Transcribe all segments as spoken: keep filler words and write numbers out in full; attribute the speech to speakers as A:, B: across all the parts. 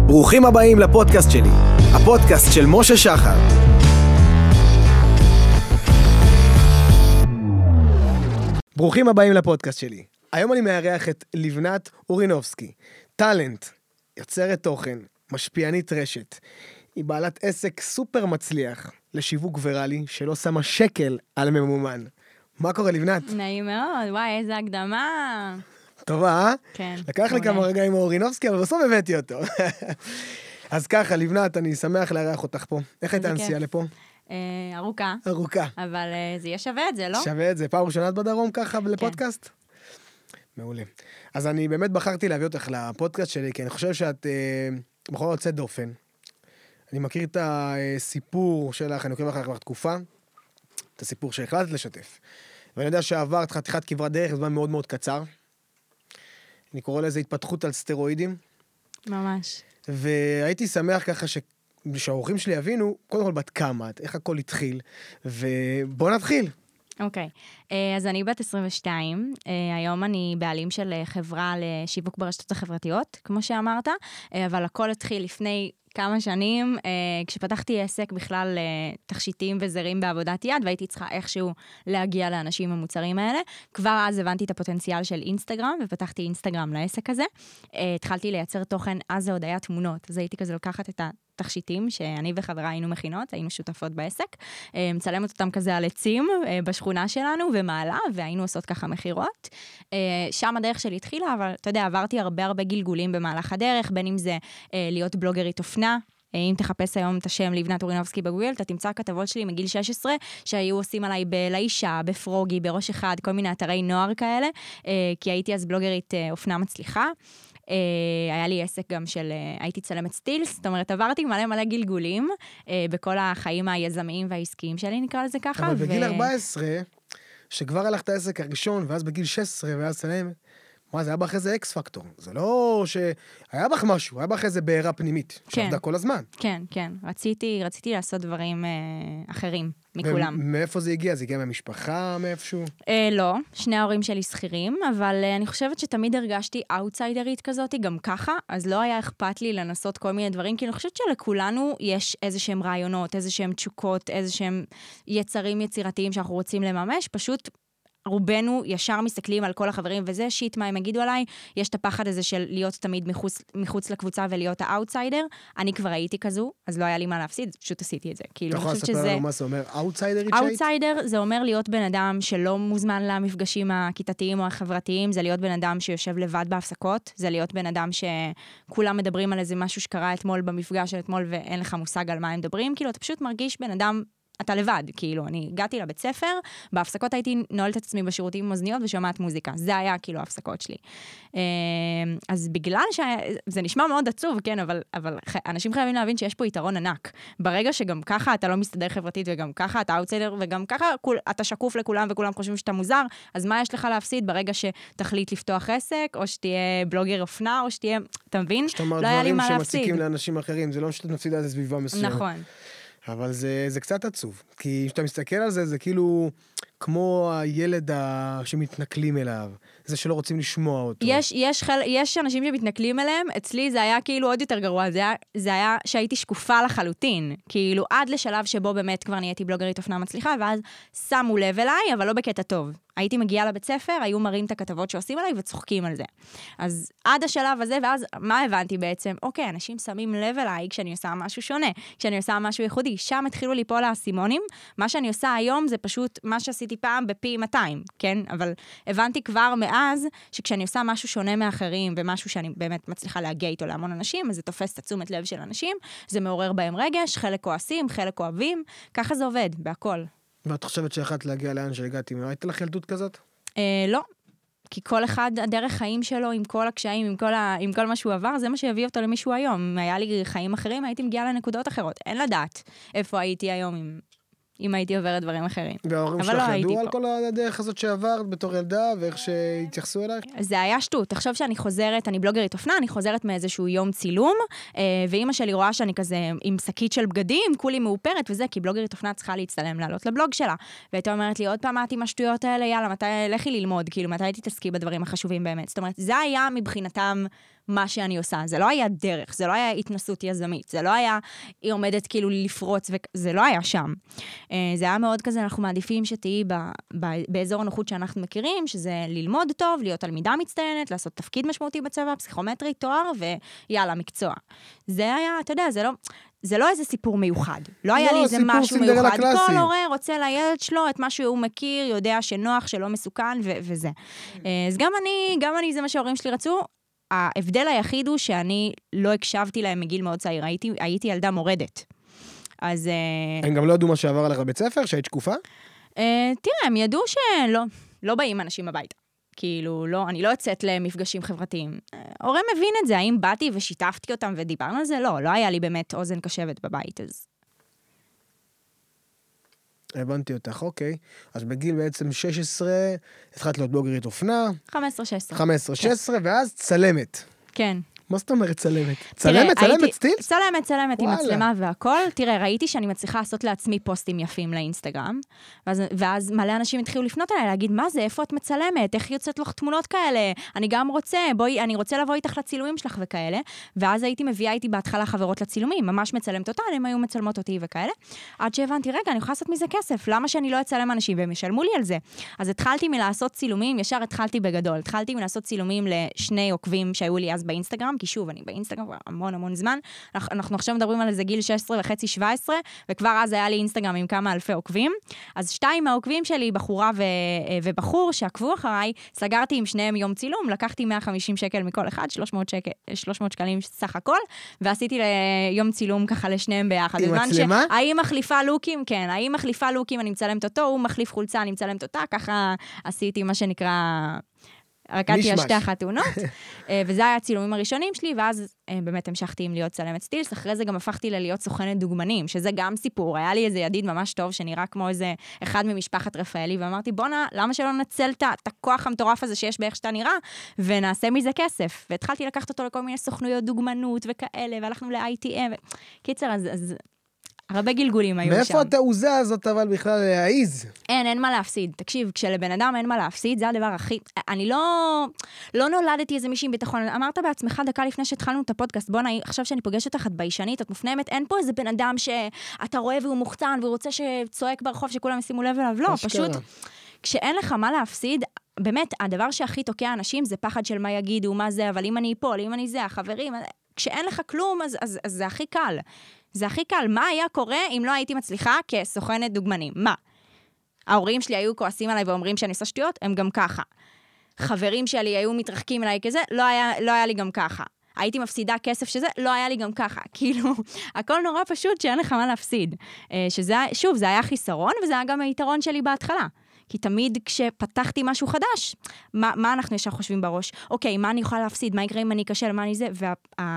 A: ברוכים הבאים לפודקאסט שלי, הפודקאסט של משה שחר. ברוכים הבאים לפודקאסט שלי. היום אני מארח את לבנת אורינובסקי, טלנט, יוצרת תוכן, משפיענית רשת. היא בעלת עסק סופר מצליח לשיווק ויראלי שלא שמה שקל על ממומן. מה קורה לבנת?
B: נעים מאוד, וואי, איזה הקדמה.
A: טובה, אה?
B: כן.
A: לקח לי כמה רגעים אורינובסקי, אבל בסוף הבאתי אותו. אז ככה, לבנת, אני שמח לארח אותך פה. איך הייתה הנסיעה לפה?
B: ארוכה.
A: ארוכה.
B: אבל זה יהיה שווה את זה, לא?
A: שווה את זה. פעם ראשונה בדרום ככה לפודקאסט? מעולה. אז אני באמת בחרתי להביא אותך לפודקאסט שלי, כי אני חושב שאת בחורה יוצאת דופן. אני מכיר את הסיפור שלך, אני עוקב אחריך כבר תקופה, את הסיפור שהחלטת לשתף. ואני יודע שעברת חתיכת כברת דרך, זמן מאוד מאוד קצר. אני קורא לזה התפתחות על סטרואידים.
B: ממש.
A: והייתי שמח ככה ש... שהאורחים שלי יבינו, קודם כל בת כמה, איך הכל התחיל, ובוא נתחיל.
B: אוקיי, אז אני בת עשרים ושתיים, היום אני בעלים של חברה לשיווק ברשתות החברתיות, כמו שאמרת, אבל הכל התחיל לפני כמה שנים, כשפתחתי עסק בכלל תכשיטים וזרים בעבודת יד, והייתי צריכה איכשהו להגיע לאנשים המוצרים האלה. כבר אז הבנתי את הפוטנציאל של אינסטגרם, ופתחתי אינסטגרם לעסק הזה. התחלתי לייצר תוכן, אז זה עוד היה תמונות, אז הייתי כזה לוקחת את התכשיטים, שאני וחברה היינו מכינות, היינו שותפות בעסק, מצלמת אותם כזה על עצים בשכונה שלנו, ומעלה, והיינו עושות ככה מחירות. שם הדרך שלי התחילה, אבל אתה יודע, עברתי הרבה הרבה גלגולים במהלך הדרך, בין אם זה להיות בלוגרית אופנה, אם תחפש היום את השם לבנת אורינובסקי בגוגל, אתה תמצא כתבות שלי מגיל שש עשרה, שהיו עושים עליי בלאישה, בפרוגי, בראש אחד, כל מיני אתרי נוער כאלה, כי הייתי אז בלוגרית אופנה מצליחה. היה לי עסק גם של, הייתי צלמת סטילס, זאת אומרת, עברתי מלא מלא גלגולים, בכל החיים היזמיים והעסקיים שלי, נקרא לזה ככה.
A: אבל בגיל ארבע עשרה, שכבר הלכת העסק הראשון, ואז בגיל שש עשרה, ואז צלמת, מה, זה היה בך איזה אקס פקטור. זה לא ש... היה בך משהו, היה בך איזה בעירה פנימית.
B: כן.
A: שעבדה כל הזמן.
B: כן, כן. רציתי, רציתי לעשות דברים אה, אחרים מכולם.
A: ומאיפה זה הגיע? זה הגיע מהמשפחה, מאיפשהו?
B: אה, לא, שני ההורים שלי שכירים, אבל אה, אני חושבת שתמיד הרגשתי אאוטסיידרית כזאת, גם ככה, אז לא היה אכפת לי לנסות כל מיני דברים, כי אני חושבת שלכולנו יש איזה שהם רעיונות, איזה שהם תשוקות, איזה שהם יצרים יצירתיים שאנחנו רוצים לממש, פשוט... רובנו ישר מסתכלים על כל החברים, וזה שיט מה הם יגידו עליי, יש את הפחד הזה של להיות תמיד מחוץ, מחוץ לקבוצה ולהיות האוטסיידר, אני כבר הייתי כזו, אז לא היה לי מה להפסיד, פשוט עשיתי את זה.
A: אתה יכול לספר לנו מה זה אומר, אוטסיידרית שהיית?
B: אוטסיידר זה אומר להיות בן אדם שלא מוזמן למפגשים הכיתתיים או החברתיים, זה להיות בן אדם שיושב לבד בהפסקות, זה להיות בן אדם שכולם מדברים על איזה משהו שקרה אתמול במפגש של אתמול, ואין לך מושג על מה הם מדברים, כאילו אתה פשוט מרגיש בן אדם אתה לבד, כאילו, אני הגעתי לבית ספר, בהפסקות הייתי נועלת את עצמי בשירותים עם אוזניות ושומעת מוזיקה. זה היה כאילו ההפסקות שלי. אז בגלל שזה נשמע מאוד עצוב, כן, אבל, אבל אנשים חייבים להבין שיש פה יתרון ענק. ברגע שגם ככה אתה לא מסתדר חברתית, וגם ככה אתה אאוטסיידר, וגם ככה אתה שקוף לכולם וכולם חושבים שאתה מוזר, אז מה יש לך להפסיד ברגע שתחליט לפתוח עסק, או שתהיה בלוגר אופנה, או שתהיה, אתה מבין? לא היה לי מה להפסיד.
A: דברים שמציקים לאנשים אחרים, זה לא שאתה מפסיד על זה סביבה מסוימת.
B: נכון.
A: אבל זה, זה קצת עצוב, כי כשאתה מסתכל על זה, זה כאילו כמו הילד ה... שמתנכלים אליו, זה שלא רוצים לשמוע אותו.
B: יש, יש, חל... יש אנשים שמתנכלים אליהם, אצלי זה היה כאילו עוד יותר גרוע, זה היה, זה היה שהייתי שקופה לחלוטין, כאילו עד לשלב שבו באמת כבר נהייתי בלוגרית אופנה מצליחה, ואז שמו לב אליי, אבל לא בקטע טוב. הייתי מגיעה לבית ספר, היו מראים את הכתבות שעושים עליי וצוחקים על זה. אז עד השלב הזה, ואז מה הבנתי בעצם? אוקיי, אנשים שמים לב אליי כשאני עושה משהו שונה, כשאני עושה משהו ייחודי. שם התחילו ליפול האסימונים. מה שאני עושה היום זה פשוט מה שעשיתי פעם בפי מאתיים, כן? אבל הבנתי כבר מאז שכשאני עושה משהו שונה מאחרים, ומשהו שאני באמת מצליחה להגיע איתו להמון אנשים, אז זה תופס את תשומת לב של אנשים, זה מעורר בהם רגש, חלק כועסים, חלק אוהבים, ככה זה עובד, בהכל.
A: ואת חושבת שיכולת להגיע לאן שהגעתי? הייתה לך ילדות כזאת?
B: אה, לא. כי כל אחד, הדרך חיים שלו, עם כל הקשיים, עם כל, ה, עם כל מה שהוא עבר, זה מה שיביא אותו למישהו היום. אם היה לי חיים אחרים, הייתי מגיעה לנקודות אחרות. אין לדעת איפה הייתי היום עם... אם הייתי עוברת דברים אחרים.
A: וההורים שלך לא ידעו על כל הדרך הזאת שעברת בתור ילדה, ואיך שהתייחסו אלייך?
B: זה היה שטות. תחשוב שאני חוזרת, אני בלוגרית אופנה, אני חוזרת מאיזשהו יום צילום, ואמא שלי רואה שאני כזה עם שקית של בגדים, כולי מאופרת וזה, כי בלוגרית אופנה צריכה להצטלם, לעלות לבלוג שלה. והייתה אומרת לי, עוד פעם, את עם השטויות האלה, יאללה, מתי לכי ללמוד, כאילו, מתי תתעסקי בדברים החשובים באמת. זאת אומרת, זה היה מבחינתם מה שאני עושה. זה לא היה דרך, זה לא היה התנסות יזמית, זה לא היה, היא עומדת כאילו לפרוץ, וזה לא היה שם. זה היה מאוד כזה, אנחנו מעדיפים שתהיי ב, ב, באזור הנוחות שאנחנו מכירים, שזה ללמוד טוב, להיות תלמידה מצטיינת, לעשות תפקיד משמעותי בצבא, פסיכומטרי, תואר, ויאללה, מקצוע. זה היה, אתה יודע, זה לא... זה לא איזה סיפור מיוחד. לא היה לי איזה משהו מיוחד. כל הורה רוצה לילד שלו את מה שהוא מכיר, יודע שנוח, שלא מסוכן, ו- וזה. אז גם אני, גם אני, זה מה שההורים שלי רצו. ההבדל היחיד הוא שאני לא הקשבתי להם מגיל מאוד צעיר. הייתי, הייתי ילדה מורדת. אז...
A: הם גם לא ידעו מה שעבר עליך בבית ספר, שהיית שקופה?
B: תראה, הם ידעו שלא, לא באים אנשים הביתה. כאילו, לא, אני לא יוצאת למפגשים חברתיים. הורה מבין את זה, האם באתי ושיתפתי אותם ודיברנו על זה? לא, לא היה לי באמת אוזן קשבת בבית, אז...
A: הבנתי אותך, אוקיי. אז בגיל בעצם שש עשרה, התחלת להיות בלוגרית אופנה.
B: חמש עשרה שש עשרה.
A: חמש עשרה שש עשרה, ואז צלמת.
B: כן.
A: מה זאת אומרת צלמת? צלמת, צלמת סטילס?
B: צלמת, צלמת עם מצלמה והכל. תראה, ראיתי שאני מצליחה לעשות לעצמי פוסטים יפים לאינסטגרם, ואז מלא אנשים התחילו לפנות אליי, להגיד, מה זה, איפה את מצלמת? איך יוצאת לך תמונות כאלה? אני גם רוצה, בואי, אני רוצה לבוא איתך לצילומים שלך וכאלה. ואז הייתי מביאה איתי בהתחלה חברות לצילומים, ממש מצלמת אותה, הם היו מצלמות אותי וכאלה. עד שהבנתי, רגע, אני יכולה לעשות מזה כסף. למה שאני לא אצלם אנשים והם ישלמו לי על זה? אז התחלתי מלעשות צילומים, ישר התחלתי בגדול. התחלתי מלעשות צילומים לשני עוקבים שהיו לי אז באינסטגרם, כי שוב, אני באינסטגרם כבר המון המון זמן. אנחנו עכשיו מדברים על איזה גיל שש עשרה וחצי שבע עשרה, וכבר אז היה לי אינסטגרם עם כמה אלפי עוקבים. אז שתיים מהעוקבים שלי, בחורה ו... ובחור שעקבו אחריי, סגרתי עם שניהם יום צילום, לקחתי מאה וחמישים שקל מכל אחד, שלוש מאות שקל, שלוש מאות שקלים סך הכל, ועשיתי ליום צילום ככה לשניהם ביחד.
A: עם מצלמה?
B: האם מחליפה לוקים? כן, האם מחליפה לוקים, אני מצלמת אותו, הוא מחליף חולצה, אני מצלמת אותה, ככה עשיתי מה שנקרא... רקדתי על שתי החתונות, וזה היה הצילומים הראשונים שלי, ואז באמת המשכתי עם להיות צלמת סטילס, אחרי זה גם הפכתי ללהיות סוכנת דוגמנים, שזה גם סיפור, היה לי איזה ידיד ממש טוב, שנראה כמו איזה אחד ממשפחת רפאלי, ואמרתי, בונה, למה שלא נצל את הכוח המטורף הזה שיש באיך שאתה נראה, ונעשה מזה כסף, והתחלתי לקחת אותו לכל מיני סוכנויות דוגמנות וכאלה, והלכנו ל-איי טי אם, קיצר, אז... אז הרבה גלגולים היו שם.
A: מאיפה התעוזה הזאת אבל בכלל להעיז?
B: אין, אין מה להפסיד. תקשיב, כשלבן אדם אין מה להפסיד, זה הדבר הכי... אני לא... לא נולדתי איזה מישהי עם ביטחון. אמרת בעצמך דקה לפני שהתחלנו את הפודקאסט, בוא נעי, עכשיו שאני פוגשת אותך, את ביישנית, את מופנמת, אין פה איזה בן אדם שאתה רואה והוא מוחצן, והוא רוצה שצועק ברחוב שכולם ישימו לב אליו. לא, פשוט... כשאין לך מה להפסיד, באמת, הדבר שהכי תוקע אנשים זה פחד של מה יגידו, מה זה, אבל אם אני אפול, אם אני זה, החברים, כשאין לך כלום, אז, אז, אז זה הכי קל. זה הכי קל. מה היה קורה אם לא הייתי מצליחה כסוכנת דוגמנים? מה? ההורים שלי היו כועסים עליי ואומרים שאני עושה שטויות, הם גם ככה. חברים שלי היו מתרחקים אליי כזה, לא היה, לא היה לי גם ככה. הייתי מפסידה כסף שזה, לא היה לי גם ככה. כאילו, הכל נורא פשוט שאין לך מה להפסיד. שזה, שוב, זה היה חיסרון, וזה היה גם היתרון שלי בהתחלה. כי תמיד כשפתחתי משהו חדש, מה, מה אנחנו ישר חושבים בראש? אוקיי, מה אני יכולה להפסיד? מה יקרה אם אני אכשל? מה אני זה? וה...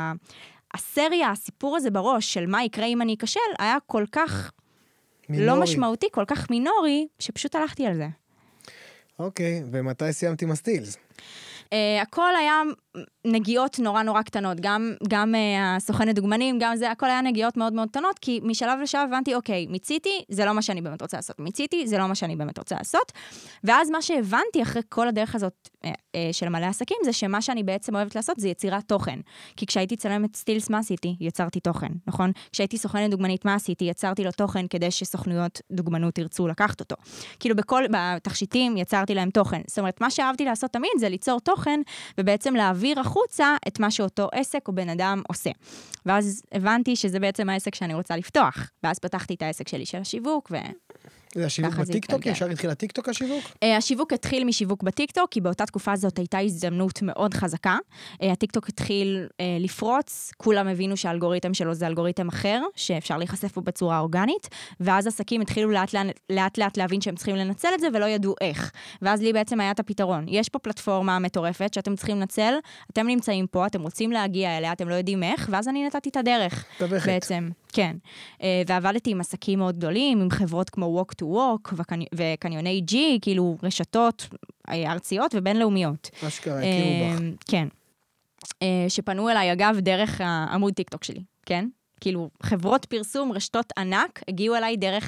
B: הסריה, הסיפור הזה בראש של מה יקרה אם אני אכשל, היה כל כך מינורי. לא משמעותי, כל כך מינורי, שפשוט הלכתי על זה.
A: אוקיי, ומתי סיימתי עם הסטילס?
B: Uh, הכל היה נגיעות נורא נורא קטנות, גם, גם uh, הסוכנת דוגמנים, גם זה, הכל היה נגיעות מאוד מאוד קטנות, כי משלב לשלב הבנתי, אוקיי, מיציתי, זה לא מה שאני באמת רוצה לעשות, מיציתי, זה לא מה שאני באמת רוצה לעשות, ואז מה שהבנתי אחרי כל הדרך הזאת uh, uh, של מלא עסקים, זה שמה שאני בעצם אוהבת לעשות, זה יצירת תוכן, כי כשהייתי צלמת סטילס, מה עשיתי? יצרתי תוכן, נכון? כשהייתי סוכנת דוגמנית, מה עשיתי? יצרתי לו תוכן כדי שסוכנויות דוגמנות ירצו לקחת אותו. כאילו בכל, בתכשיטים יצרתי להם תוכן. זאת אומרת, מה שאהבתי לעשות תמיד זה ליצור תוכן, ובעצם להעביר החוצה את מה שאותו עסק או בן אדם עושה. ואז הבנתי שזה בעצם העסק שאני רוצה לפתוח. ואז פתחתי את העסק שלי של השיווק, ו...
A: זה השיווק בטיקטוק? ישר התחיל הטיקטוק השיווק?
B: השיווק התחיל משיווק בטיקטוק, כי באותה תקופה הזאת הייתה הזדמנות מאוד חזקה. הטיקטוק התחיל לפרוץ, כולם הבינו שהאלגוריתם שלו זה אלגוריתם אחר, שאפשר להיחשף בו בצורה אורגנית, ואז עסקים התחילו לאט לאט, לאט להבין שהם צריכים לנצל את זה, ולא ידעו איך. ואז לי בעצם היה את הפתרון. יש פה פלטפורמה מטורפת שאתם צריכים לנצל, אתם נמצאים פה, אתם רוצים להגיע אליה, אתם לא יודעים איך, ואז אני נתתי את הדרך. בעצם, כן. ועבדתי עם עסקים מאוד גדולים, עם חברות כמו Walk to Walk וקניוני ג'י, כאילו רשתות ארציות ובינלאומיות.
A: אשכרה, הכירו בך.
B: כן. שפנו אליי, אגב, דרך העמוד טיקטוק שלי, כן? כאילו, חברות פרסום, רשתות ענק, הגיעו אליי דרך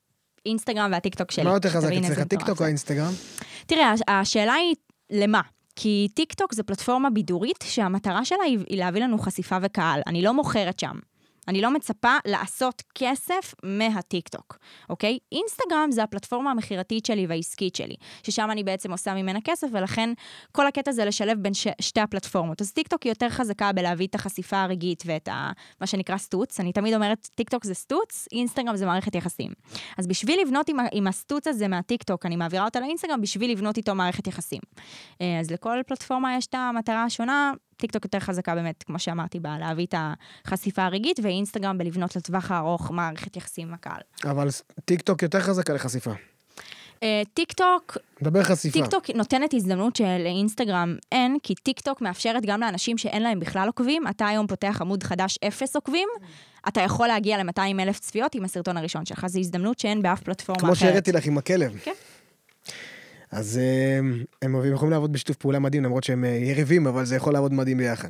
B: האינסטגרם והטיקטוק שלי.
A: מה יותר חזק אצלך, טיקטוק או האינסטגרם?
B: תראה, השאלה היא למה? כי טיק טוק זו פלטפורמה בידורית שהמטרה שלה היא, היא להביא לנו חשיפה וקהל. אני לא מוכרת שם. אני לא מצפה לעשות כסף מהטיק-טוק, אוקיי? אינסטגרם זה הפלטפורמה המחירתית שלי והעסקית שלי, ששם אני בעצם עושה ממנה כסף, ולכן כל הקטע זה לשלב בין ש- שתי הפלטפורמות. אז טיק-טוק היא יותר חזקה בלהביא את החשיפה הרגעית ואת ה- מה שנקרא סטוץ. אני תמיד אומרת, טיק-טוק זה סטוץ, אינסטגרם זה מערכת יחסים. אז בשביל לבנות עם, עם הסטוץ הזה מהטיק-טוק, אני מעבירה אותה לאינסטגרם בשביל לבנות איתו מערכת יחסים. אז לכל פלטפורמה יש את המטרה השונה, טיק-טוק יותר חזקה באמת, כמו שאמרתי, בה, להביא את החשיפה הרגעית, ואינסטגרם בלבנות לטווח הארוך מערכת יחסים עם הקהל.
A: אבל טיק-טוק יותר חזקה לחשיפה.
B: טיק-טוק...
A: דבר חשיפה.
B: טיק-טוק נותנת הזדמנות שלאינסטגרם אין, כי טיק-טוק מאפשרת גם לאנשים שאין להם בכלל עוקבים. אתה היום פותח עמוד חדש אפס עוקבים, אתה יכול להגיע ל-מאתיים אלף צפיות עם הסרטון הראשון שלך. זו הזדמנות שאין באף פלטפורמה אחרת.
A: כמו שהראיתי לך עם הכלב.
B: כן.
A: אז הם יכולים לעבוד בשיתוף פעולה מדהים, למרות שהם יריבים, אבל זה יכול לעבוד מדהים ביחד.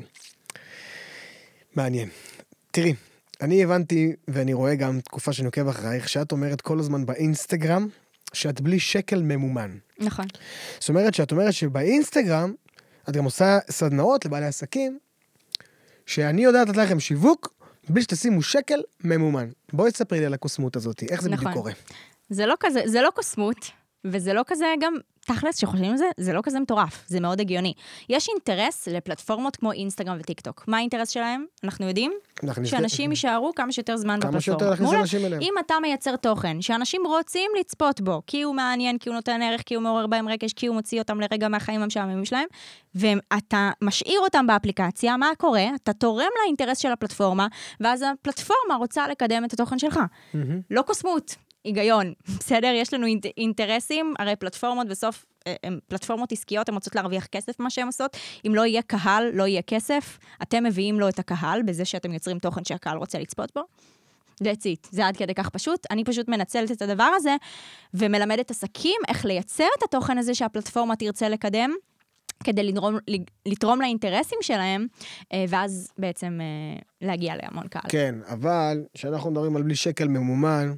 A: מעניין. תראי, אני הבנתי, ואני רואה גם תקופה שאני עוקב אחרייך, שאת אומרת כל הזמן באינסטגרם, שאת בלי שקל ממומן.
B: נכון.
A: זאת אומרת שאת אומרת שבאינסטגרם, את גם עושה סדנאות לבעלי עסקים, שאני יודעת לתת לכם שיווק, בלי שתשימו שקל ממומן. בואי תספרי לי על הקוסמות הזאת, איך זה
B: נכון.
A: בדיוק קורה?
B: זה לא כזה, זה לא קוסמות, וזה לא כזה גם, תכלס שחושבים על זה, זה לא כזה מטורף, זה מאוד הגיוני. יש אינטרס לפלטפורמות כמו אינסטגרם וטיקטוק. מה האינטרס שלהם? אנחנו יודעים שאנשים יישארו כמה שיותר זמן בפלטפורמה.
A: כמה שיותר להכניס אנשים אליהם.
B: אם אתה מייצר תוכן, שאנשים רוצים לצפות בו, כי הוא מעניין, כי הוא נותן ערך, כי הוא מעורר בהם רגש, כי הוא מוציא אותם לרגע מהחיים המשעממים שלהם, ואתה משאיר אותם באפליקציה, מה קורה? אתה תורם לאינטרס של הפלטפורמה, ואז הפלטפורמה רוצה לקדם את התוכן שלך. לא קוסמות. היגיון, בסדר? יש לנו אינטרסים, הרי פלטפורמות בסוף, הם פלטפורמות עסקיות, הן רוצות להרוויח כסף מה שהן עושות, אם לא יהיה קהל, לא יהיה כסף, אתם מביאים לו את הקהל, בזה שאתם יוצרים תוכן שהקהל רוצה לצפות בו, that's it, זה עד כדי כך פשוט, אני פשוט מנצלת את הדבר הזה, ומלמדת עסקים איך לייצר את התוכן הזה שהפלטפורמה תרצה לקדם, כדי לתרום, לתרום לאינטרסים שלהם, ואז בעצם להגיע להמון קהל.
A: כן, אבל כשאנחנו מדברים על בלי שקל ממומן,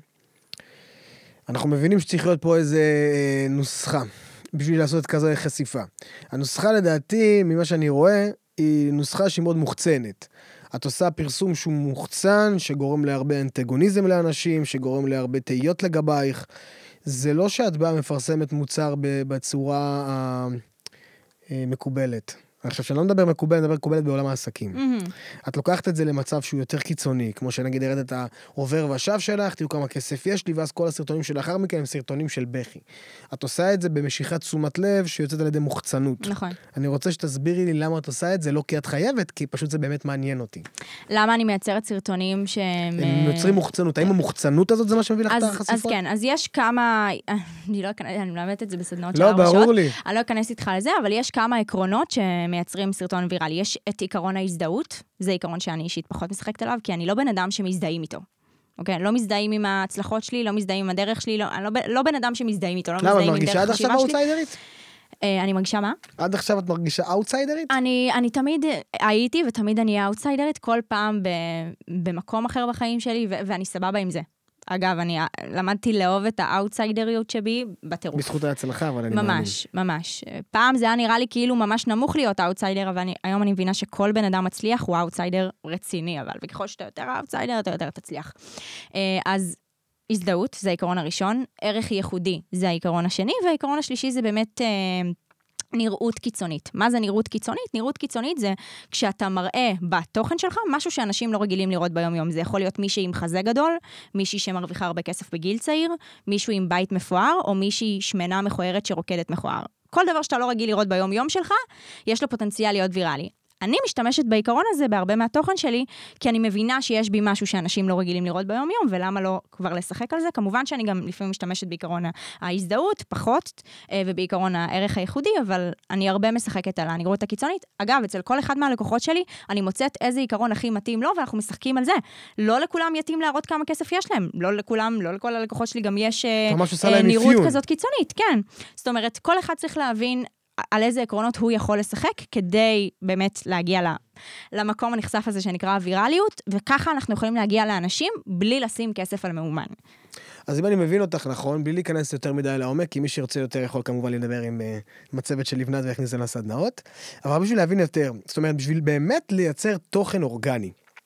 A: אנחנו מבינים שצריך להיות פה איזה נוסחה, בשביל לעשות כזה חשיפה. הנוסחה לדעתי, ממה שאני רואה, היא נוסחה שהיא מאוד מוחצנת. את עושה פרסום שהוא מוחצן, שגורם להרבה אנטגוניזם לאנשים, שגורם להרבה תהיות לגבייך. זה לא שאת באה מפרסמת מוצר בצורה המקובלת. עכשיו, שאני לא מדבר מקובלת, אני מדבר מקובלת בעולם העסקים. Mm-hmm. את לוקחת את זה למצב שהוא יותר קיצוני, כמו שנגיד הרד את העובר והשב שלך, תראו כמה כסף יש לי, ואז כל הסרטונים שלאחר מכן הם סרטונים של בכי. את עושה את זה במשיכת תשומת לב שיוצאת על ידי מוחצנות.
B: נכון.
A: אני רוצה שתסבירי לי למה את עושה את זה, לא כי את חייבת, כי פשוט זה באמת מעניין אותי.
B: למה אני מייצרת סרטונים שהם...
A: הם יוצרים מוחצנות. האם המוחצנות הזאת זה מה שמביא לך את
B: אז,
A: החשיפות?
B: אז כן, אז יש כמה... אני לא אכנס, אני מלמדת את זה בסדנאות של
A: לא,
B: ארבע
A: ברור
B: שעות.
A: לי.
B: אני לא אכנס איתך לזה, אבל יש כמה עקרונות שמייצרים סרטון ויראלי. יש את עיקרון ההזדהות, זה עיקרון שאני אישית פחות משחקת עליו, כי אני לא בן אדם שמזדהים איתו. אוקיי? לא מזדהים עם ההצלחות שלי, לא מזדהים עם הדרך שלי, לא, אני לא, לא בן אדם שמזדהים איתו, לא
A: למה,
B: מזדהים עם דרך
A: מרגישה עד
B: החשיבה
A: עכשיו
B: שלי.
A: אאוטסיידרית?
B: אני מרגישה מה?
A: עד עכשיו את מרגישה אאוטסיידרית?
B: אני, אני תמיד הייתי, ותמיד אני אהיה אאוטסיידרית, כל פעם ב, במקום אחר בחיים שלי, ו, ואני סבבה עם זה. אגב, אני למדתי לאהוב את האאוטסיידריות שבי בטירוף.
A: בזכות ההצלחה, אבל אני מאמין.
B: ממש, ממש. פעם זה היה נראה לי כאילו ממש נמוך להיות האאוטסיידר, אבל אני, היום אני מבינה שכל בן אדם מצליח הוא האאוטסיידר רציני, אבל וככל שאתה יותר האאוטסיידר, אתה יותר תצליח. אז הזדהות, זה העיקרון הראשון, ערך ייחודי, זה העיקרון השני, והעיקרון השלישי זה באמת... נראות קיצונית. מה זה נראות קיצונית? נראות קיצונית זה כשאתה מראה בתוכן שלך משהו שאנשים לא רגילים לראות ביום יום. זה יכול להיות מישהי עם חזה גדול, מישהי שמרוויחה הרבה כסף בגיל צעיר, מישהו עם בית מפואר, או מישהי שמנה מכוערת שרוקדת מכוער. כל דבר שאתה לא רגיל לראות ביום יום שלך, יש לו פוטנציאל להיות ויראלי. אני משתמשת בעיקרון הזה בהרבה מהתוכן שלי, כי אני מבינה שיש בי משהו שאנשים לא רגילים לראות ביום יום, ולמה לא כבר לשחק על זה? כמובן שאני גם לפעמים משתמשת בעיקרון ההזדהות, פחות, ובעיקרון הערך הייחודי, אבל אני הרבה משחקת על הנראות הקיצונית. אגב, אצל כל אחד מהלקוחות שלי, אני מוצאת איזה עיקרון הכי מתאים לו, ואנחנו משחקים על זה. לא לכולם יתאים להראות כמה כסף יש להם. לא לכולם, לא לכל הלקוחות שלי גם יש נראות כזאת קיצונית. כן. זאת אומרת, כל אחד צריך להבין על איזה עקרונות הוא יכול לשחק, כדי באמת להגיע למקום הנחשף הזה שנקרא הווירליות, וככה אנחנו יכולים להגיע לאנשים בלי לשים כסף על מאומן.
A: אז אם אני מבין אותך נכון, בלי להיכנס יותר מדי לעומק, כי מי שירצה יותר יכול כמובן לדבר עם מצבת של לבנת ויכניס לה סדנאות, אבל בשביל להבין יותר, זאת אומרת, בשביל באמת לייצר תוכן אורגני,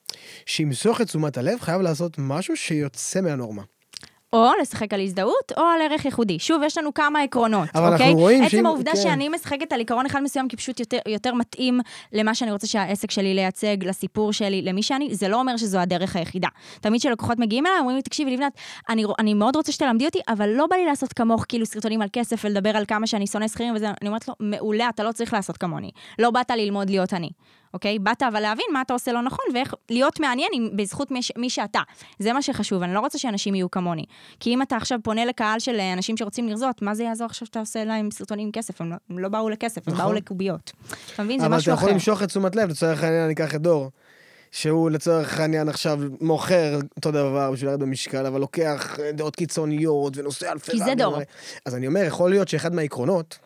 A: שימשוך את תשומת הלב, חייב לעשות משהו שיוצא מהנורמה.
B: או לשחק על הזדהות, או על ערך ייחודי. שוב, יש לנו כמה עקרונות,
A: אבל
B: אוקיי?
A: אנחנו רואים
B: עצם
A: שאם-
B: העובדה
A: כן.
B: שאני משחקת על עיקרון אחד מסוים, כי פשוט יותר, יותר מתאים למה שאני רוצה שהעסק שלי לייצג, לסיפור שלי, למי שאני, זה לא אומר שזו הדרך היחידה. תמיד שלקוחות מגיעים אליי, אומרים לי, תקשיבי, לבנת, אני, אני מאוד רוצה שתלמדי אותי, אבל לא בא לי לעשות כמוך, כאילו סרטונים על כסף, ולדבר על כמה שאני שונא שכירים, וזה, אני אומרת לו, מעולה, אתה לא צריך לעשות כמוני. לא באת ללמוד להיות אני. אוקיי? באת אבל להבין מה אתה עושה לא נכון, ואיך להיות מעניין בזכות מי, מי שאתה. זה מה שחשוב, אני לא רוצה שאנשים יהיו כמוני. כי אם אתה עכשיו פונה לקהל של אנשים שרוצים לרזות, מה זה יעזור עכשיו שאתה עושה להם סרטונים עם כסף? הם לא, הם לא באו לכסף, הם
A: נכון.
B: באו לקוביות. אתה מבין? זה
A: אבל
B: משהו
A: אתה יכול
B: אחר.
A: למשוך את תשומת לב, לצורך העניין אני אקח את דור, שהוא לצורך העניין עכשיו מוכר אותו דבר בשביל לרדת במשקל, אבל לוקח דעות קיצוניות ונושא אלפי...
B: כי זה דור.
A: אז אני אומר, יכול להיות שאחד מהעקרונות,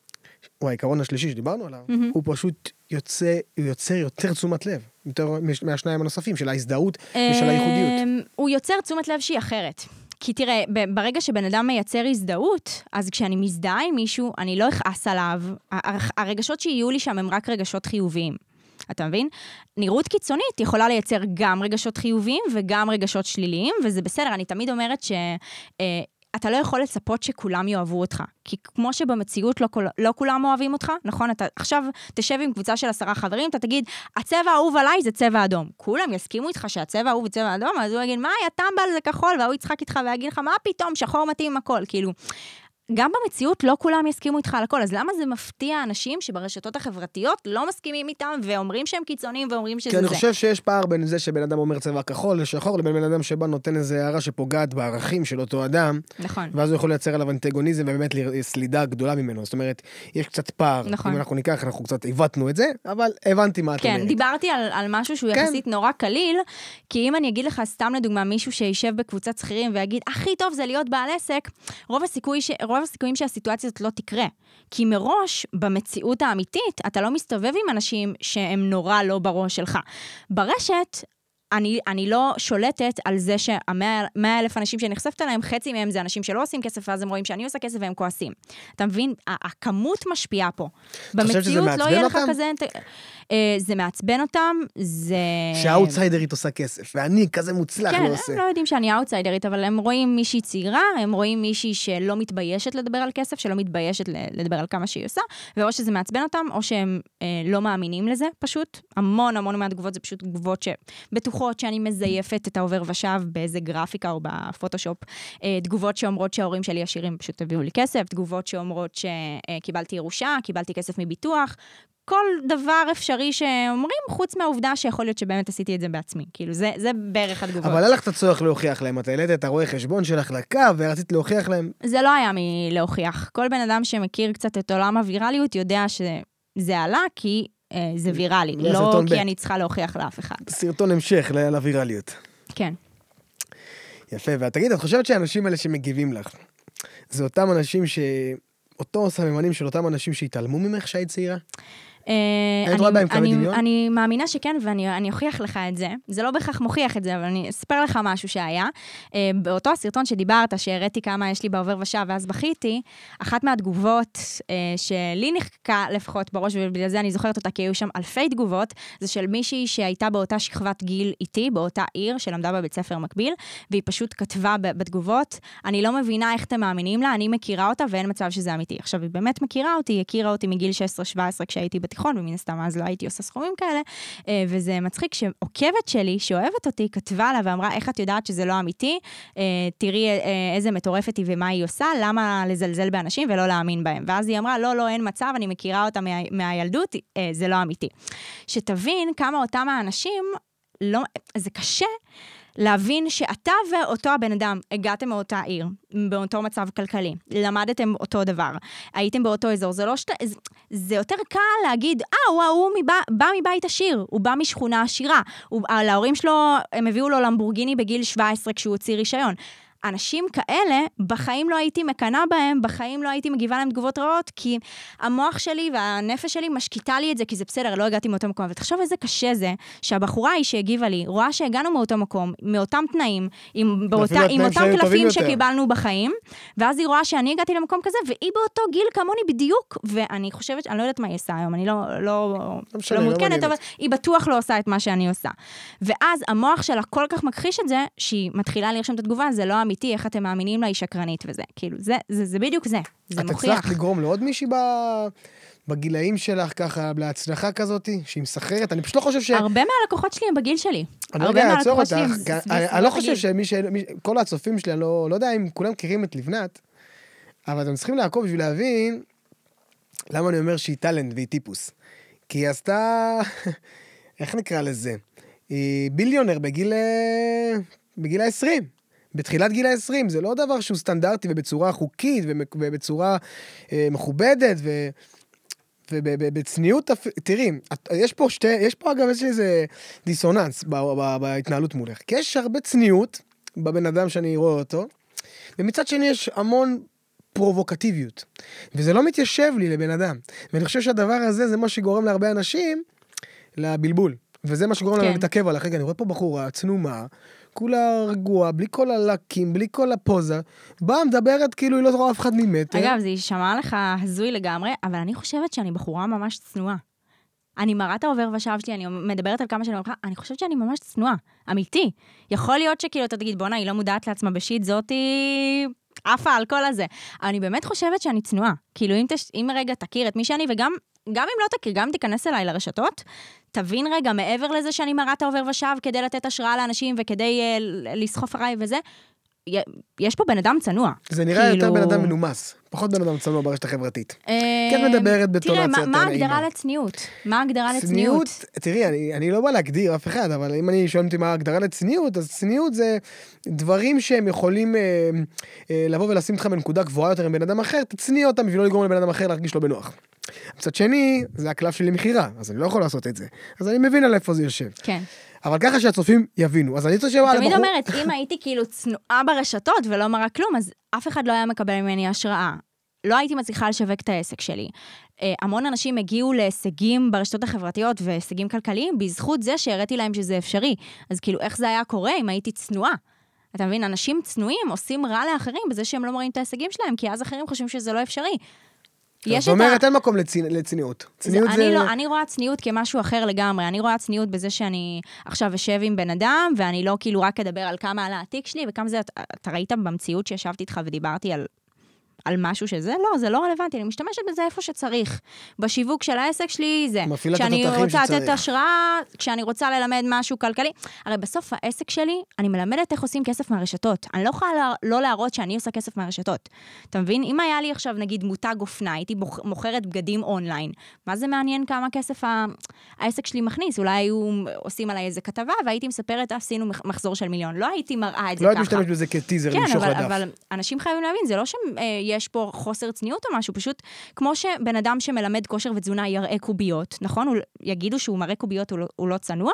A: הוא העיקרון השלישי שדיברנו עליו,
B: מהמם.
A: הוא פשוט יוצא, הוא יוצר יותר תשומת לב, יותר מהשניים הנוספים, של ההזדהות ושל הייחודיות.
B: אמ, הוא יוצר תשומת לב שהיא אחרת. כי תראה, ב- ברגע שבן אדם מייצר הזדהות, אז כשאני מזדהה עם מישהו, אני לא אכעס עליו. ה- הרגשות שיהיו לי שם הם רק רגשות חיוביים. אתה מבין? נראות קיצונית יכולה לייצר גם רגשות חיוביים וגם רגשות שליליים, וזה בסדר, אני תמיד אומרת ש... אה, אתה לא יכול לצפות שכולם יאהבו אותך. כי כמו שבמציאות לא, לא כולם אוהבים אותך, נכון? אתה עכשיו תשב עם קבוצה של עשרה חברים, אתה תגיד, הצבע האהוב עליי זה צבע אדום. כולם יסכימו איתך שהצבע האהוב זה צבע אדום, אז הוא יגיד, מה, יא טמבל זה כחול, והוא יצחק איתך ויגיד לך, מה פתאום, שחור מתאים עם הכל, כאילו... גם במציאות לא כולם יסכימו איתך על הכל, אז למה זה מפתיע אנשים שברשתות החברתיות לא מסכימים איתם ואומרים שהם קיצוניים ואומרים שזה
A: כי אני
B: זה?
A: חושב שיש פער בין זה שבן אדם אומר צבע כחול לשחור, לבין בן אדם שבא נותן איזו הערה שפוגעת בערכים של אותו אדם,
B: נכון.
A: ואז הוא יכול לייצר עליו אנטגוניזם ובאמת סלידה גדולה ממנו. זאת אומרת, יש קצת פער.
B: נכון.
A: אם אנחנו ניקח, אנחנו קצת הבטנו את זה, אבל הבנתי מה את
B: כן,
A: אומרת.
B: דיברתי על, על משהו שהוא
A: כן.
B: יחסית נורא קליל, כי אם אני אגיד לך סתם לדוגמה מישהו שישב בקבוצת שכירים ויגיד, הכי טוב זה להיות בעל עסק, רוב הסיכוי ש... רוב הסיכויים שהסיטואציה הזאת לא תקרה. כי מראש, במציאות האמיתית, אתה לא מסתובב עם אנשים שהם נורא לא בראש שלך. ברשת, אני, אני לא שולטת על זה שהמאה אלף אנשים שנחשפת עליהם, חצי מהם זה אנשים שלא עושים כסף, ואז הם רואים שאני עושה כסף והם כועסים. אתה מבין? הכמות משפיעה פה. במציאות לא יהיה לך כזה... זה מעצבן אותם, זה...
A: שהאוטסיידרית עושה כסף, ואני כזה מוצלח לא עושה.
B: כן, הם לא יודעים שאני האוטסיידרית, אבל הם רואים מישהי צעירה, הם רואים מישהי שלא מתביישת לדבר על כסף, שלא מתביישת לדבר על כמה שהיא עושה, ואו שזה מעצבן אותם, או שהם לא מאמינים לזה פשוט. המון המון מהתגובות זה פשוט תגובות שבטוחות שאני מזייפת את העובר ושב באיזה גרפיקה או בפוטושופ. תגובות שאומרות שההורים שלי עשירים פשוט הביאו לי כסף, תגובות שאומרות שקיבלתי ירושה, קיבלתי כסף מביטוח, כל דבר אפשרי שאומרים, חוץ מהעובדה שיכול להיות שבאמת עשיתי את זה בעצמי. כאילו, זה, זה בערך התגובות.
A: אבל הלכת צורך להוכיח להם. אתה העלית את הרואה חשבון שלך לקו, ורצית להוכיח להם.
B: זה לא היה מלהוכיח. כל בן אדם שמכיר קצת את עולם הווירליות יודע שזה עלה כי אה, זה ויראלי. לא כי אני צריכה להוכיח לאף אחד.
A: סרטון המשך לווירליות.
B: כן.
A: יפה, ותגיד, את חושבת שהאנשים האלה שמגיבים לך, זה אותם אנשים ש... אותו סממנים של אותם אנשים שהתעלמו ממך שהיית צעירה?
B: אני מאמינה שכן, ואני אוכיח לך את זה. זה לא בהכרח מוכיח את זה, אבל אני אספר לך משהו שהיה. באותו הסרטון שדיברת, שהראיתי כמה יש לי בעובר ושב, ואז בכיתי, אחת מהתגובות שלי נחקה לפחות בראש, ובגלל זה אני זוכרת אותה, כי היו שם אלפי תגובות, זה של מישהי שהייתה באותה שכבת גיל איתי, באותה עיר, שלמדה בבית ספר מקביל, והיא פשוט כתבה בתגובות, אני לא מבינה איך אתם מאמינים לה, אני מכירה אותה, ואין מצב שזה אמיתי. עכשיו, היא באמת מכירה אותי, היא הכירה אותי מגיל שש עשרה שבע עשרה כשהייתי בתיכון, ומן הסתם אז לא הייתי עושה סכומים כאלה, וזה מצחיק שעוקבת שלי, שאוהבת אותי, כתבה לה ואמרה, איך את יודעת שזה לא אמיתי? תראי איזה מטורפת היא ומה היא עושה, למה לזלזל באנשים ולא להאמין בהם. ואז היא אמרה, לא, לא, אין מצב, אני מכירה אותה מה, מהילדות, זה לא אמיתי. שתבין כמה אותם האנשים, לא, זה קשה, להבין שאתה ואותו הבן אדם הגעתם מאותה עיר, באותו מצב כלכלי, למדתם אותו דבר, הייתם באותו אזור, זה לא שת... זה יותר קל להגיד, אה, הוא, הוא מבא, בא מבית עשיר, הוא בא משכונה עשירה, הוא, להורים שלו, הם הביאו לו למבורגיני בגיל שבע עשרה כשהוא הוציא רישיון. אנשים כאלה, בחיים לא הייתי מקנה בהם, בחיים לא הייתי מגיבה להם תגובות רעות, כי המוח שלי והנפש שלי משקיטה לי את זה, כי זה בסדר, לא הגעתי מאותו מקום. ותחשוב איזה קשה זה, שהבחורה היא שהגיבה לי, רואה שהגענו מאותו מקום, מאותם תנאים, עם, באותה, עם אותם קלפים שקיבלנו בחיים, ואז היא רואה שאני הגעתי למקום כזה, והיא באותו גיל כמוני בדיוק, ואני חושבת, אני לא יודעת מה היא עושה היום, אני לא, לא, לא מותקנת, אבל היא בטוח לא עושה את מה שאני עושה. ואז המוח שלה כל כך מכחיש את זה, שהיא מתחילה לרשום את התגובה, זה לא אמיתי, איך אתם מאמינים לה, היא שקרנית וזה. כאילו, זה, זה, זה בדיוק זה. זה
A: את
B: מוכיח.
A: הצלחת לגרום לעוד מישהי בגילאים שלך, ככה, להצלחה כזאת, שהיא מסחררת? אני פשוט לא חושב ש...
B: הרבה מהלקוחות שלי הם בגיל שלי.
A: אני לא יודע, אעצור אותך. אני לא חושב שמי ש... כל הצופים שלי, אני לא יודע אם כולם מכירים את לבנת, אבל אתם צריכים לעקוב בשביל להבין למה אני אומר שהיא טלנט והיא טיפוס. כי היא עשתה... איך נקרא לזה? היא ביליונר בגיל... בגיל ה-עשרים. בתחילת גיל ה-עשרים. זה לא דבר שהוא סטנדרטי ובצורה חוקית ובצורה אה, מכובדת ו... ובצניעות, תראי, יש פה שתי, יש פה אגב איזה דיסוננס בהתנהלות מולך. כי יש הרבה צניעות בבן אדם שאני רואה אותו, ומצד שני יש המון פרובוקטיביות. וזה לא מתיישב לי לבן אדם. ואני חושב שהדבר הזה זה מה שגורם להרבה אנשים לבלבול. וזה מה שגורם להם להתעכב עליך. רגע, אני רואה פה בחורה צנומה, כולה רגועה, בלי כל הלקים, בלי כל הפוזה, באה מדברת כאילו היא לא רואה אף אחד ממטר.
B: אגב, זה יישמע לך הזוי לגמרי, אבל אני חושבת שאני בחורה ממש צנועה. אני מראה את העובר ושב שלי, אני מדברת על כמה שאני אומרת, אני חושבת שאני ממש צנועה, אמיתי. יכול להיות שכאילו אתה תגיד, בונה, היא לא מודעת לעצמה בשיט, זאתי עפה על כל הזה. אבל אני באמת חושבת שאני צנועה. כאילו, אם, תש... אם רגע תכיר את מי שאני, וגם גם אם לא תכיר, גם תיכנס אליי לרשתות, תבין רגע, מעבר לזה שאני מראה את העובר ושב, כדי לתת השראה לאנשים, וכדי uh, לסחוף עליי וזה, יש פה בן אדם צנוע.
A: זה נראה יותר בן אדם מנומס, פחות בן אדם צנוע ברשת החברתית. כי את מדברת בטונציה יותר נעימה.
B: תראה, מה ההגדרה לצניעות? מה ההגדרה לצניעות?
A: תראי, אני לא בא להגדיר אף אחד, אבל אם אני שואל אותי מה ההגדרה לצניעות, אז צניעות זה דברים שהם יכולים לבוא ולשים אותך בנקודה גבוהה יותר עם בן אדם אחר, תצניע אותם בשביל לא לגרום לבן אדם אחר להרגיש לו בנוח. מצד שני, זה הקלף שלי מחירה, אז אני לא יכול לעשות את זה. אז אני מבין על איפה זה יושב.
B: כן.
A: אבל ככה שהצופים יבינו. אז אני חושב על
B: תמיד אומרת, אם הייתי כאילו צנועה ברשתות ולא מראה כלום, אז אף אחד לא היה מקבל ממני השראה. לא הייתי מצליחה לשווק את העסק שלי. המון אנשים הגיעו להישגים ברשתות החברתיות והישגים כלכליים, בזכות זה שהראיתי להם שזה אפשרי. אז כאילו, איך זה היה קורה אם הייתי צנועה? אתה מבין, אנשים צנועים עושים רע לאחרים בזה שהם לא מראים את ההישגים שלהם, כי אז אחרים חושבים שזה לא אפשרי.
A: זאת אומרת, אין מקום לצניעות.
B: אני רואה צניעות כמשהו אחר לגמרי. אני רואה צניעות בזה שאני עכשיו אשב עם בן אדם, ואני לא כאילו רק אדבר על כמה על העתיק שלי, וכמה זה, אתה ראית במציאות שישבתי איתך ודיברתי על... על משהו שזה, לא, זה לא רלוונטי, אני משתמשת בזה איפה שצריך. בשיווק של העסק שלי, זה. כשאני רוצה לתת השראה, כשאני רוצה ללמד משהו כלכלי. הרי בסוף העסק שלי, אני מלמדת איך עושים כסף מהרשתות. אני לא יכולה לא להראות שאני עושה כסף מהרשתות. אתה מבין? אם היה לי עכשיו, נגיד, מותג אופנה, הייתי מוכרת בגדים אונליין, מה זה מעניין כמה כסף העסק שלי מכניס? אולי היו עושים עליי איזה כתבה, והייתי מספרת, עשינו מחזור של מיליון. לא הייתי מראה את זה ככה.
A: לא הייתי משתמש בזה כטיזר, למשוך לדף.
B: אבל אנשים חייבים להבין, זה לא שיש פה חוסר צניעות או משהו, פשוט כמו שבן אדם שמלמד כושר ותזונה יראה קוביות, נכון? הוא יגידו שהוא מראה קוביות, הוא לא, הוא לא צנוע?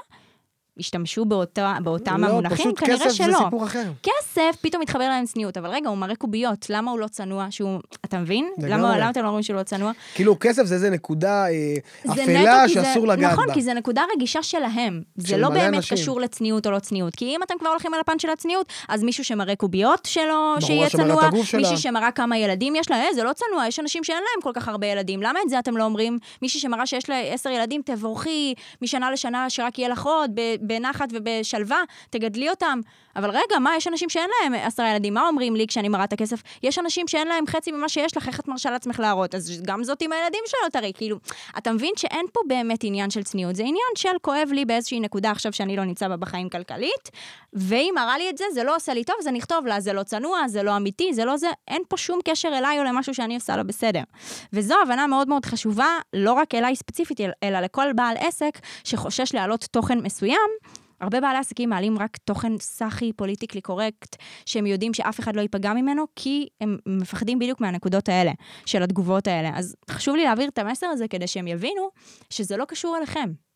B: השתמשו באותה, באותם
A: לא,
B: המונחים? כנראה שלא.
A: כסף זה סיפור אחר.
B: כסף פתאום מתחבר להם צניעות, אבל רגע, הוא מראה קוביות, למה הוא לא צנוע? שהוא, אתה מבין? למה, למה אתם לא אומרים שהוא לא צנוע?
A: כאילו, כסף זה איזה נקודה אה, אפלה שאסור לגעת בה.
B: נכון, כי זה נקודה רגישה שלהם. זה לא באמת אנשים. קשור לצניעות או לא צניעות. כי אם אתם כבר הולכים על הפן של הצניעות, אז מישהו שמראה קוביות שלו, שיהיה צנוע, מישהו שמראה כמה ילדים יש לה, אה, זה לא צנוע, יש אנשים שאין להם כל כך הרבה ילדים. למה את זה אתם לא אומרים? מישהו שמראה שיש לה עשר ילדים, תבורכי, משנה לשנה שרק יהיה לך עוד, בנחת ובשלווה, תגדלי אותם. אבל רגע, מה, יש אנשים שאין להם עשרה ילדים, מה אומרים לי כשאני מראה את הכסף? יש אנשים שאין להם חצי ממה שיש לך, איך את מרשה לעצמך להראות, אז גם זאת עם הילדים שלו, תראי, כאילו, אתה מבין שאין פה באמת עניין של צניעות, זה עניין של כואב לי באיזושהי נקודה עכשיו שאני לא נמצא בה בחיים כלכלית, ואם מראה לי את זה, זה לא עושה לי טוב, זה נכתוב לה, זה לא צנוע, זה לא אמיתי, זה לא זה, אין פה שום קשר אליי או למשהו שאני עושה לו בסדר. וזו הבנה מאוד מאוד חשובה, לא רק אליי ספציפית, אלא לכל בעל עסק שחושש להעלות תוכן מסוים. הרבה בעלי עסקים מעלים רק תוכן סחי, פוליטיקלי קורקט, שהם יודעים שאף אחד לא ייפגע ממנו, כי הם מפחדים בדיוק מהנקודות האלה, של התגובות האלה. אז חשוב לי להעביר את המסר הזה כדי שהם יבינו שזה לא קשור אליכם.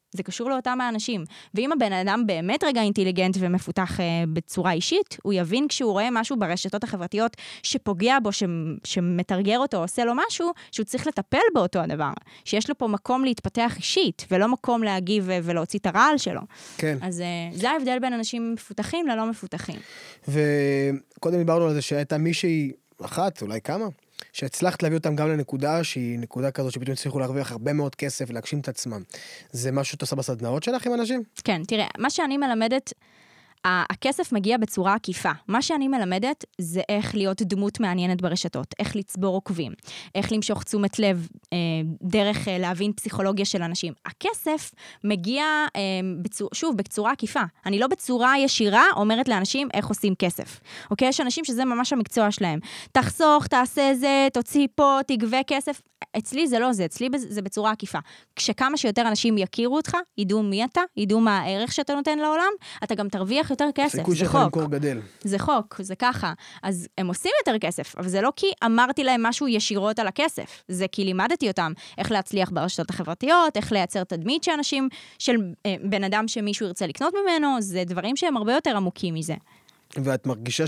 B: זה קשור לאותם האנשים. ואם הבן אדם באמת רגע אינטליגנט ומפותח אה, בצורה אישית, הוא יבין כשהוא רואה משהו ברשתות החברתיות שפוגע בו, ש... שמתרגר אותו, עושה לו משהו, שהוא צריך לטפל באותו הדבר. שיש לו פה מקום להתפתח אישית, ולא מקום להגיב ו... ולהוציא את הרעל שלו.
A: כן.
B: אז אה, זה ההבדל בין אנשים מפותחים ללא מפותחים.
A: וקודם דיברנו על זה שהייתה מישהי אחת, אולי כמה, שהצלחת להביא אותם גם לנקודה שהיא נקודה כזאת שפתאום הצליחו להרוויח הרבה מאוד כסף ולהגשים את עצמם. זה משהו שאתה עושה בסדנאות שלך עם אנשים?
B: כן, תראה, מה שאני מלמדת, הכסף מגיע בצורה עקיפה. מה שאני מלמדת זה איך להיות דמות מעניינת ברשתות, איך לצבור עוקבים, איך למשוך תשומת לב, אה, דרך אה, להבין פסיכולוגיה של אנשים. הכסף מגיע, אה, בצור, שוב, בצורה עקיפה. אני לא בצורה ישירה אומרת לאנשים איך עושים כסף. אוקיי? יש אנשים שזה ממש המקצוע שלהם. תחסוך, תעשה זה, תוציא פה, תגבה כסף. אצלי זה לא זה, אצלי זה בצורה עקיפה. כשכמה שיותר אנשים יכירו אותך, ידעו מי אתה, ידעו מה הערך שאתה נותן לעולם, אתה גם תרוויח יותר כסף, זה חוק. זה חוק, זה ככה. אז הם עושים יותר כסף, אבל זה לא כי אמרתי להם משהו ישירות על הכסף, זה כי לימדתי אותם איך להצליח ברשתות החברתיות, איך לייצר תדמית שאנשים, של בן אדם שמישהו ירצה לקנות ממנו, זה דברים שהם הרבה יותר עמוקים מזה.
A: ואת מרגישה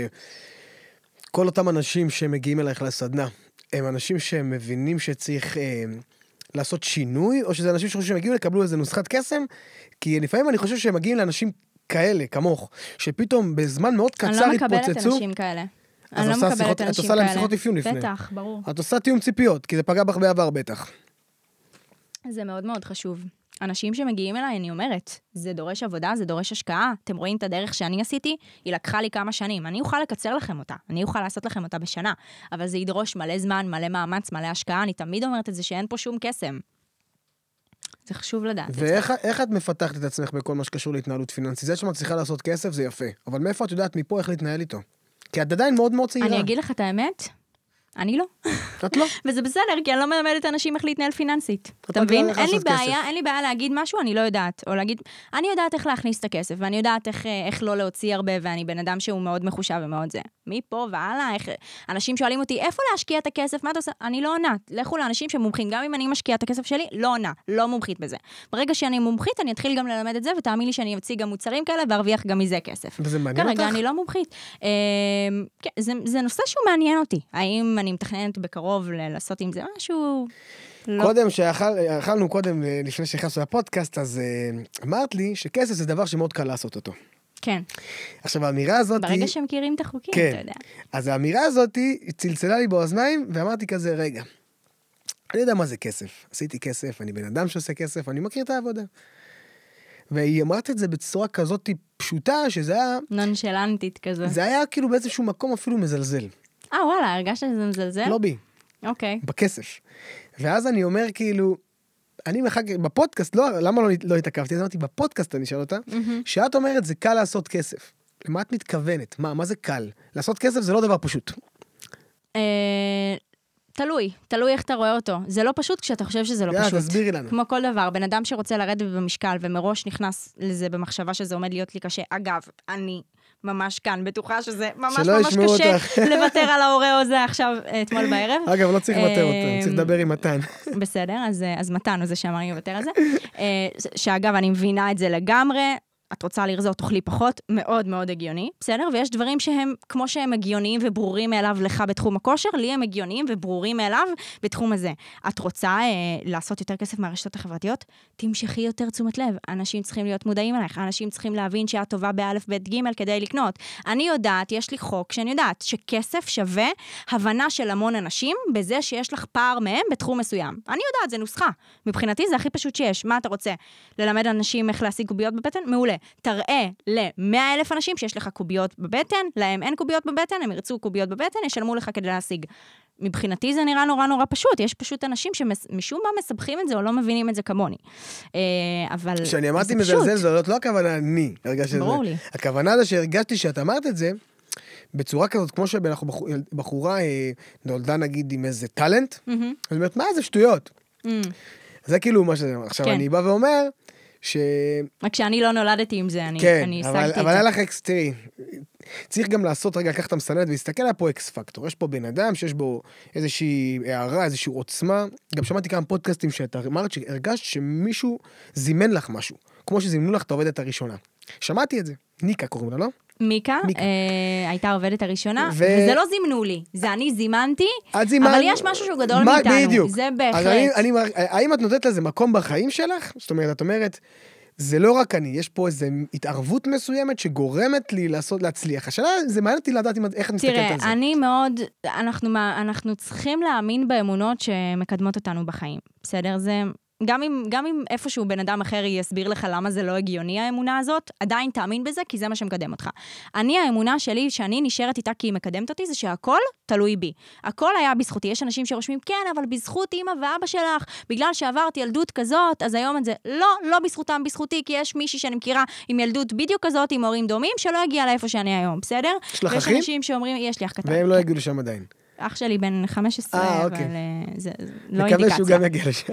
A: שכל אותם אנשים שמגיעים אלייך לסדנה, הם אנשים שהם מבינים שצריך אה, לעשות שינוי, או שזה אנשים שחושבים שהם מגיעים לקבלו איזה נוסחת קסם? כי לפעמים אני חושב שהם מגיעים לאנשים כאלה, כמוך, שפתאום בזמן מאוד קצר התפוצצו.
B: אני לא מקבלת אנשים כאלה. אני לא מקבלת אנשים כאלה.
A: את עושה להם שיחות אפיון לפני.
B: בטח, ברור.
A: את עושה תיאום ציפיות, כי זה פגע בך בעבר בטח.
B: זה מאוד מאוד חשוב. אנשים שמגיעים אליי, אני אומרת, זה דורש עבודה, זה דורש השקעה. אתם רואים את הדרך שאני עשיתי? היא לקחה לי כמה שנים. אני אוכל לקצר לכם אותה. אני אוכל לעשות לכם אותה בשנה. אבל זה ידרוש מלא זמן, מלא מאמץ, מלא השקעה. אני תמיד אומרת את זה שאין פה שום קסם. זה חשוב לדעת.
A: ואיך את מפתחת את עצמך בכל מה שקשור להתנהלות פיננסית? זה שאת צריכה לעשות כסף, זה יפה. אבל מאיפה את יודעת מפה איך להתנהל איתו? כי את עדיין מאוד מאוד צעירה.
B: אני אגיד לך את האמת, אני לא.
A: את לא?
B: וזה בסדר, כי אני לא מלמדת אנשים איך להתנהל פיננסית. אתה מבין? אין לי בעיה, אין לי בעיה להגיד משהו, אני לא יודעת. או להגיד, אני יודעת איך להכניס את הכסף, ואני יודעת איך, איך לא להוציא הרבה, ואני בן אדם שהוא מאוד מחושב ומאוד זה. מפה והלאה, איך... אנשים שואלים אותי, איפה להשקיע את הכסף? מה אתה עושה? אני לא עונה. לכו לאנשים שמומחים. גם אם אני משקיעה את הכסף שלי, לא עונה. לא מומחית בזה. ברגע שאני מומחית, אני אתחיל גם ללמד את זה, ותאמין לי שאני אמציא גם מוצרים כאלה, וארוויח גם מזה כסף.
A: וזה מעניין אותך?
B: כרגע אני לא מומחית. כן, זה, זה נושא שהוא מעניין אותי. האם אני מתכננת בקרוב לעשות עם זה משהו? לא.
A: קודם, שאכלנו קודם, לפני שהכנסנו לפודקאסט, אז אמרת לי שכסף זה דבר שמאוד קל לעשות אותו.
B: כן.
A: עכשיו, האמירה הזאת...
B: ברגע שמכירים את החוקים,
A: כן.
B: אתה יודע.
A: אז האמירה הזאת צלצלה לי באוזניים, ואמרתי כזה, רגע, אני יודע מה זה כסף. עשיתי כסף, אני בן אדם שעושה כסף, אני מכיר את העבודה. והיא אמרת את זה בצורה כזאת פשוטה, שזה היה...
B: נונשלנטית כזה.
A: זה היה כאילו באיזשהו מקום אפילו מזלזל.
B: אה, וואלה, הרגשת שזה מזלזל?
A: לא בי.
B: אוקיי.
A: בכסף. ואז אני אומר כאילו, אני מחכה, בפודקאסט, לא, למה לא, לא התעכבתי? אז אמרתי, בפודקאסט אני אשאל אותה, mm-hmm. שאת אומרת, זה קל לעשות כסף. למה את מתכוונת? מה, מה זה קל? לעשות כסף זה לא דבר פשוט.
B: אה... תלוי, תלוי איך אתה רואה אותו. זה לא פשוט כשאתה חושב שזה לא פשוט.
A: תסבירי לנו.
B: כמו כל דבר, בן אדם שרוצה לרדת במשקל ומראש נכנס לזה במחשבה שזה עומד להיות לי קשה. אגב, אני ממש כאן, בטוחה שזה ממש ממש קשה לוותר על ההורה או זה עכשיו, אתמול בערב.
A: אגב, לא צריך לוותר אותו, צריך לדבר עם מתן.
B: בסדר, אז, אז מתן הוא זה שאמר לי לוותר על זה. שאגב, אני מבינה את זה לגמרי. את רוצה לרזות, תאכלי פחות, מאוד מאוד הגיוני, בסדר? ויש דברים שהם, כמו שהם הגיוניים וברורים מאליו לך בתחום הכושר, לי הם הגיוניים וברורים מאליו בתחום הזה. את רוצה אה, לעשות יותר כסף מהרשתות החברתיות? תמשכי יותר תשומת לב. אנשים צריכים להיות מודעים אליך, אנשים צריכים להבין שאת טובה באלף בית ג' כדי לקנות. אני יודעת, יש לי חוק שאני יודעת שכסף שווה הבנה של המון אנשים בזה שיש לך פער מהם בתחום מסוים. אני יודעת, זה נוסחה. מבחינתי זה הכי פשוט שיש. מה אתה רוצה? ללמד אנשים איך להשיג קוביות בבטן? מעולה. תראה ל-מאה אלף אנשים שיש לך קוביות בבטן, להם אין קוביות בבטן, הם ירצו קוביות בבטן, ישלמו לך כדי להשיג. מבחינתי זה נראה נורא נורא פשוט, יש פשוט אנשים שמשום מה מסבכים את זה או לא מבינים את זה כמוני. אבל זה פשוט.
A: כשאני אמרתי מזלזל, זאת לא הכוונה אני,
B: ברור לי.
A: הכוונה זה שהרגשתי שאת אמרת את זה, בצורה כזאת, כמו שבחורה נולדה נגיד עם איזה טלנט, אז אומרת, מה זה שטויות? זה כאילו מה שזה, עכשיו אני בא ואומר, ש...
B: רק שאני לא נולדתי עם זה, אני,
A: כן,
B: אני
A: אבל,
B: השגתי
A: אבל
B: את
A: היה
B: זה.
A: לך אקסטרי. צריך גם לעשות רגע, לקחת המסננת ולהסתכל על פה אקס פקטור. יש פה בן אדם שיש בו איזושהי הערה, איזושהי עוצמה. גם שמעתי כמה פודקאסטים שאתה אמרת שהרגשת שמישהו זימן לך משהו, כמו שזימנו לך את העובדת הראשונה. שמעתי את זה. ניקה קוראים לה, לא?
B: מיקה, אה, הייתה העובדת הראשונה, ו... וזה לא זימנו לי, זה אני זימנתי, זימנ... אבל יש משהו שהוא גדול מה, מאיתנו, בדיוק. זה בהחלט.
A: אני, אני, האם את נותנת לזה מקום בחיים שלך? זאת אומרת, את אומרת, זה לא רק אני, יש פה איזו התערבות מסוימת שגורמת לי לעשות, להצליח. השאלה, זה מעניין אותי לדעת איך את מסתכלת על זה.
B: תראה, אני מאוד, אנחנו, אנחנו צריכים להאמין באמונות שמקדמות אותנו בחיים. בסדר? זה... גם אם, גם אם איפשהו בן אדם אחר יסביר לך למה זה לא הגיוני האמונה הזאת, עדיין תאמין בזה, כי זה מה שמקדם אותך. אני, האמונה שלי, שאני נשארת איתה כי היא מקדמת אותי, זה שהכל תלוי בי. הכל היה בזכותי. יש אנשים שרושמים, כן, אבל בזכות אמא ואבא שלך, בגלל שעברתי ילדות כזאת, אז היום את זה, לא, לא בזכותם, בזכותי, כי יש מישהי שאני מכירה עם ילדות בדיוק כזאת, עם הורים דומים, שלא הגיע לאיפה שאני היום, בסדר?
A: יש לך אחים?
B: ויש אנשים שאומרים, יש לי אח קטן.
A: והם לא הגיעו לשם עדיין.
B: אח שלי בן חמש עשרה,
A: אה,
B: אבל
A: אוקיי.
B: זה לא אינדיקציה.
A: מקווה שהוא גם יגיע לשם.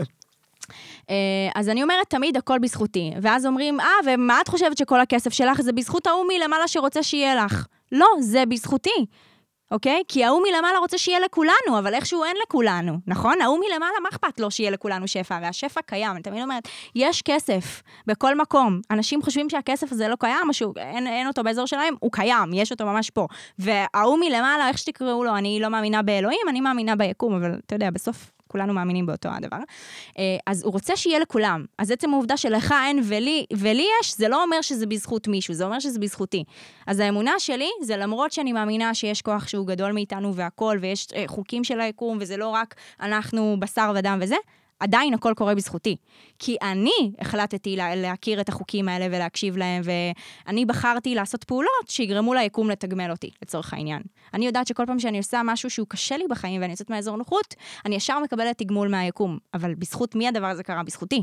B: אז אני אומרת תמיד הכל בזכותי, ואז אומרים, אה, ומה את חושבת שכל הכסף שלך זה בזכות ההוא מלמעלה שרוצה שיהיה לך? לא, זה בזכותי, אוקיי? כי ההוא מלמעלה רוצה שיהיה לכולנו, אבל איכשהו אין לכולנו, נכון? ההוא מלמעלה, מה אכפת לו שיהיה לכולנו שפע? הרי השפע קיים, אני תמיד אומרת, יש כסף בכל מקום. אנשים חושבים שהכסף הזה לא קיים, משהו, אין, אין אותו באזור שלהם, הוא קיים, יש אותו ממש פה. וההוא מלמעלה, איך שתקראו לו, אני לא מאמינה באלוהים, אני מאמינה ביקום, אבל אתה יודע, בסוף כולנו מאמינים באותו הדבר. אז הוא רוצה שיהיה לכולם. אז עצם העובדה שלך אין ולי, ולי יש, זה לא אומר שזה בזכות מישהו, זה אומר שזה בזכותי. אז האמונה שלי, זה למרות שאני מאמינה שיש כוח שהוא גדול מאיתנו והכל, ויש חוקים של היקום, וזה לא רק אנחנו בשר ודם וזה, עדיין הכל קורה בזכותי. כי אני החלטתי לה, להכיר את החוקים האלה ולהקשיב להם, ואני בחרתי לעשות פעולות שיגרמו ליקום לתגמל אותי, לצורך העניין. אני יודעת שכל פעם שאני עושה משהו שהוא קשה לי בחיים, ואני יוצאת מהאזור נוחות, אני ישר מקבלת תגמול מהיקום. אבל בזכות מי הדבר הזה קרה? בזכותי.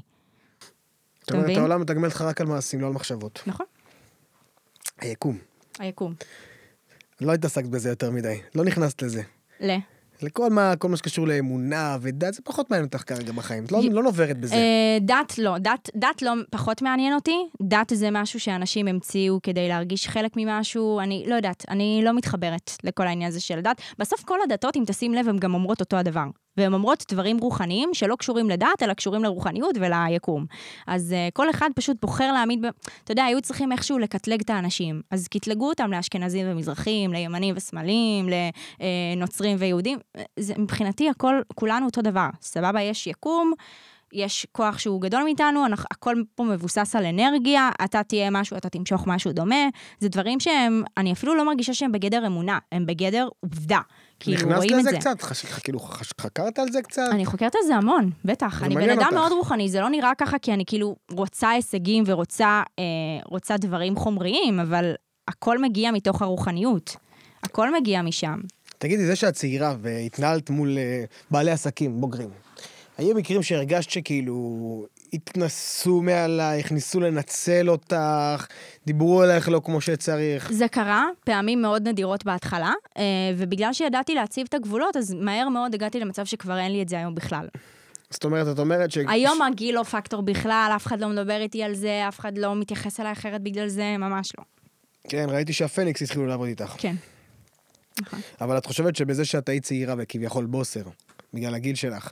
A: אתה אומרת, העולם מתגמל לך רק על מעשים, לא על מחשבות.
B: נכון.
A: היקום.
B: היקום.
A: לא התעסקת בזה יותר מדי. לא נכנסת לזה.
B: לא.
A: לכל מה, כל מה שקשור לאמונה ודת, זה פחות מעניין אותך כרגע בחיים. את לא, לא נוברת בזה.
B: דת לא. דת, דת לא פחות מעניין אותי. דת זה משהו שאנשים המציאו כדי להרגיש חלק ממשהו. אני לא יודעת, אני לא מתחברת לכל העניין הזה של דת. בסוף כל הדתות, אם תשים לב, הן גם אומרות אותו הדבר. והן אומרות דברים רוחניים שלא קשורים לדת, אלא קשורים לרוחניות וליקום. אז uh, כל אחד פשוט בוחר להעמיד, ב... אתה יודע, היו צריכים איכשהו לקטלג את האנשים. אז קטלגו אותם לאשכנזים ומזרחים, לימנים ושמאלים, לנוצרים ויהודים. זה, מבחינתי, הכל, כולנו אותו דבר. סבבה, יש יקום, יש כוח שהוא גדול מאיתנו, אנחנו, הכל פה מבוסס על אנרגיה, אתה תהיה משהו, אתה תמשוך משהו דומה. זה דברים שהם, אני אפילו לא מרגישה שהם בגדר אמונה, הם בגדר עובדה.
A: נכנסת לזה קצת? כאילו, חקרת על זה קצת?
B: אני חוקרת על זה המון, בטח. אני בן אדם מאוד רוחני, זה לא נראה ככה, כי אני כאילו רוצה הישגים ורוצה דברים חומריים, אבל הכל מגיע מתוך הרוחניות. הכל מגיע משם.
A: תגידי, זה שאת צעירה והתנהלת מול בעלי עסקים, בוגרים, היו מקרים שהרגשת שכאילו התנסו מעלייך, ניסו לנצל אותך, דיברו עלייך לא כמו שצריך.
B: זה קרה, פעמים מאוד נדירות בהתחלה, ובגלל שידעתי להציב את הגבולות, אז מהר מאוד הגעתי למצב שכבר אין לי את זה היום בכלל.
A: זאת אומרת, את אומרת ש...
B: היום הגיל לא פקטור בכלל, אף אחד לא מדבר איתי על זה, אף אחד לא מתייחס אליי אחרת בגלל זה, ממש לא.
A: כן, ראיתי שהפניקס התחילו לעבוד איתך.
B: כן. נכון.
A: אבל את חושבת שבזה שאת היית צעירה וכביכול בוסר, בגלל הגיל שלך,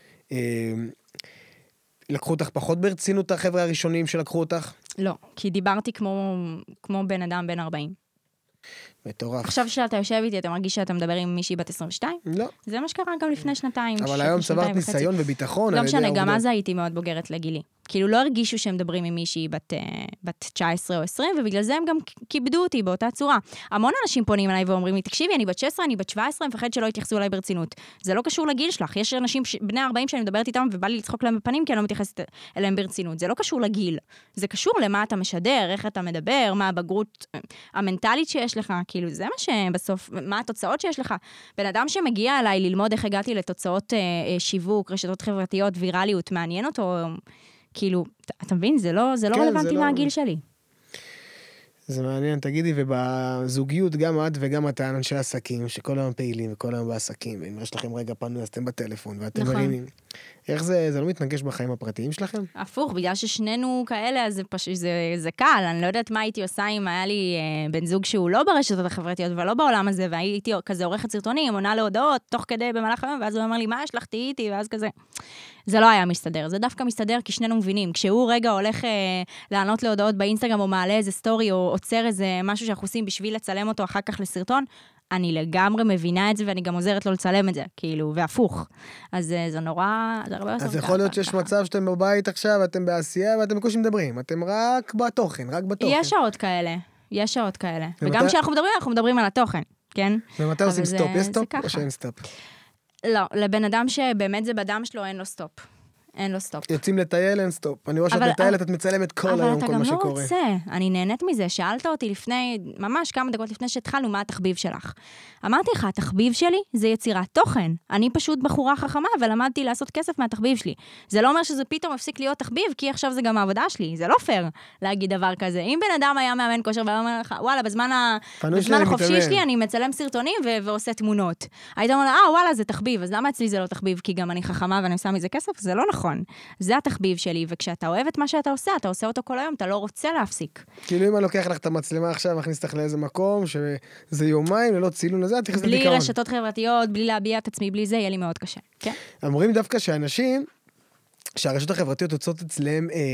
A: לקחו אותך פחות ברצינות החבר'ה הראשונים שלקחו אותך?
B: לא, כי דיברתי כמו, כמו בן אדם בן ארבעים.
A: מטורף.
B: עכשיו שאתה יושב איתי, אתה מרגיש שאתה מדבר עם מישהי בת עשרים ושתיים?
A: לא.
B: זה מה שקרה גם לפני שנתיים.
A: אבל היום צברת ניסיון וביטחון.
B: לא משנה, גם אז הייתי מאוד בוגרת לגילי. כאילו לא הרגישו שהם מדברים עם מישהי בת, בת תשע עשרה או עשרים, ובגלל זה הם גם כיבדו אותי באותה צורה. המון אנשים פונים אליי ואומרים לי, תקשיבי, אני בת שש עשרה, אני בת שבע עשרה, מפחד שלא יתייחסו אליי ברצינות. זה לא קשור לגיל שלך. יש אנשים בני ארבעים שאני מדברת איתם ובא לי לצחוק להם בפנים, כי אני לא מתייחסת אליהם ברצינות. זה לא קשור לגיל. זה קשור למה אתה משדר, איך אתה מדבר, מה הבגרות המנטלית שיש לך. כאילו, זה מה שבסוף, מה התוצאות שיש לך. בן אדם שמגיע אליי ללמוד איך הגעתי לתוצאות אה, שיווק, רשתות חברתיות, ויראליות, מעניין אותו, כאילו, אתה מבין? זה לא, זה לא
A: כן,
B: רלוונטי
A: זה
B: מהגיל לא... שלי.
A: זה מעניין, תגידי, ובזוגיות גם את וגם אתה אנשי עסקים, שכל היום פעילים וכל היום בעסקים, ואם יש לכם רגע פנוי, אז אתם בטלפון, ואתם מרימים. איך זה, זה לא מתנגש בחיים הפרטיים שלכם?
B: הפוך, בגלל ששנינו כאלה, אז זה פשוט, זה, זה קל. אני לא יודעת מה הייתי עושה אם היה לי אה, בן זוג שהוא לא ברשתות החברתיות, ולא בעולם הזה, והייתי כזה עורכת סרטונים, עונה להודעות, תוך כדי במהלך היום, ואז הוא אומר לי, מה יש לך, תהי איתי, ואז כזה. זה לא היה מסתדר. זה דווקא מסתדר כי שנינו מבינים. כשהוא רגע הולך אה, לענות להודעות באינסטגרם, או מעלה איזה סטורי, או עוצר איזה משהו שאנחנו עושים בשביל לצלם אותו אחר כך לסרטון, אני לגמרי מבינה את זה, ואני גם עוזרת לו לצלם את זה, כאילו, והפוך. אז זה נורא, זה הרבה יותר.
A: אז יכול להיות שיש מצב שאתם בבית עכשיו, אתם בעשייה, ואתם בקושי מדברים. אתם רק בתוכן, רק בתוכן.
B: יש שעות כאלה, יש שעות כאלה. וגם כשאנחנו מדברים, אנחנו מדברים על התוכן, כן?
A: ומתי עושים סטופ? יש סטופ או שאין סטופ?
B: לא, לבן אדם שבאמת זה בדם שלו, אין לו סטופ. אין לו סטופ.
A: יוצאים לטייל, אין סטופ. אני רואה שאת מטיילת, את מצלמת כל היום, כל מה שקורה.
B: אבל אתה גם לא רוצה. אני נהנית מזה. שאלת אותי לפני, ממש כמה דקות לפני שהתחלנו, מה התחביב שלך. אמרתי לך, התחביב שלי זה יצירת תוכן. אני פשוט בחורה חכמה, ולמדתי לעשות כסף מהתחביב שלי. זה לא אומר שזה פתאום מפסיק להיות תחביב, כי עכשיו זה גם העבודה שלי. זה לא פייר להגיד דבר כזה. אם בן אדם היה מאמן כושר ואומר לך, וואלה, בזמן החופשי שלי אני מצלם סרטונים ועושה תמונות. היית אומר, אה, וואלה, זה תחביב. אז למה אצלי זה לא תחביב? כי גם אני חכמה ואני עושה מזה כסף? זה לא נכון. זה התחביב שלי, וכשאתה אוהב את מה שאתה עושה, אתה עושה אותו כל היום, אתה לא רוצה להפסיק.
A: כאילו אם אני לוקח לך את המצלמה עכשיו, מכניס לך לאיזה מקום, שזה יומיים, ללא צילון לזה, תכניס לדיכאון.
B: בלי רשתות חברתיות, בלי להביע את עצמי, בלי זה, יהיה לי מאוד קשה. כן?
A: אמורים דווקא שאנשים, שהרשתות החברתיות יוצאות אצלם אה,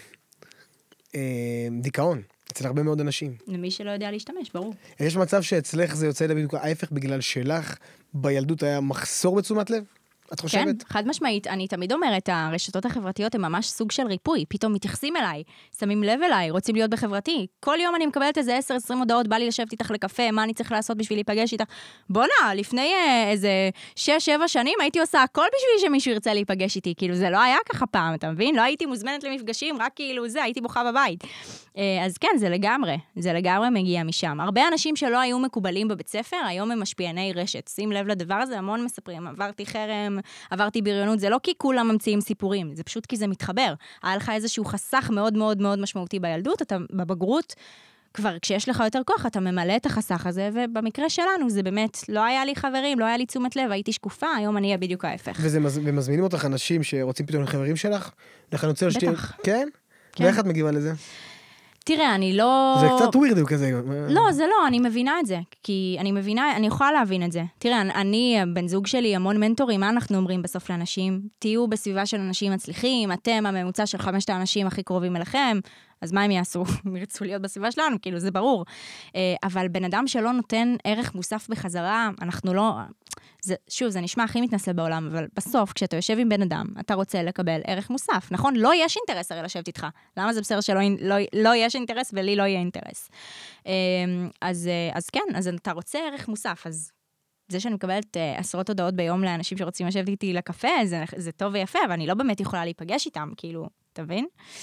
A: אה, דיכאון, אצל הרבה מאוד אנשים.
B: למי שלא יודע להשתמש, ברור. יש
A: מצב שאצלך זה יוצא בדיוק ההפך, בגלל שלך בילדות היה מחסור בתשומת לב? את חושבת?
B: כן, חד משמעית. אני תמיד אומרת, הרשתות החברתיות הן ממש סוג של ריפוי. פתאום מתייחסים אליי, שמים לב אליי, רוצים להיות בחברתי. כל יום אני מקבלת איזה עשר עשרים הודעות, בא לי לשבת איתך לקפה, מה אני צריך לעשות בשביל להיפגש איתך. בונה, לפני איזה שש שבע שנים הייתי עושה הכל בשביל שמישהו ירצה להיפגש איתי. כאילו, זה לא היה ככה פעם, אתה מבין? לא הייתי מוזמנת למפגשים, רק כאילו זה, הייתי בוכה בבית. אז כן, זה לגמרי, זה לגמרי מגיע משם. הרבה אנשים שלא היו מקובלים בבית ספר, היום הם משפיעני רשת. שים לב לדבר הזה, המון מספרים. עברתי חרם, עברתי בריונות, זה לא כי כולם ממציאים סיפורים, זה פשוט כי זה מתחבר. היה לך איזשהו חסך מאוד מאוד מאוד משמעותי בילדות, אתה בבגרות, כבר כשיש לך יותר כוח, אתה ממלא את החסך הזה, ובמקרה שלנו זה באמת, לא היה לי חברים, לא היה לי תשומת לב, הייתי שקופה, היום אני אהיה בדיוק ההפך.
A: ומזמינים אותך אנשים שרוצים פתאום לחברים שלך?
B: בטח.
A: כן? ואיך את מגיבה לזה?
B: תראה, אני לא...
A: זה קצת ווירד כזה.
B: לא, זה לא, אני מבינה את זה. כי אני מבינה, אני יכולה להבין את זה. תראה, אני, בן זוג שלי, המון מנטורים, מה אנחנו אומרים בסוף לאנשים? תהיו בסביבה של אנשים מצליחים, אתם הממוצע של חמשת האנשים הכי קרובים אליכם, אז מה הם יעשו? הם ירצו להיות בסביבה שלנו, כאילו, זה ברור. אבל בן אדם שלא נותן ערך מוסף בחזרה, אנחנו לא... זה, שוב, זה נשמע הכי מתנסה בעולם, אבל בסוף, כשאתה יושב עם בן אדם, אתה רוצה לקבל ערך מוסף. נכון? לא יש אינטרס הרי לשבת איתך. למה זה בסדר שלא לא, לא יש אינטרס ולי לא יהיה אינטרס? אז, אז כן, אז אתה רוצה ערך מוסף, אז זה שאני מקבלת עשרות הודעות ביום לאנשים שרוצים לשבת איתי לקפה, זה, זה טוב ויפה, אבל אני לא באמת יכולה להיפגש איתם, כאילו, אתה מבין?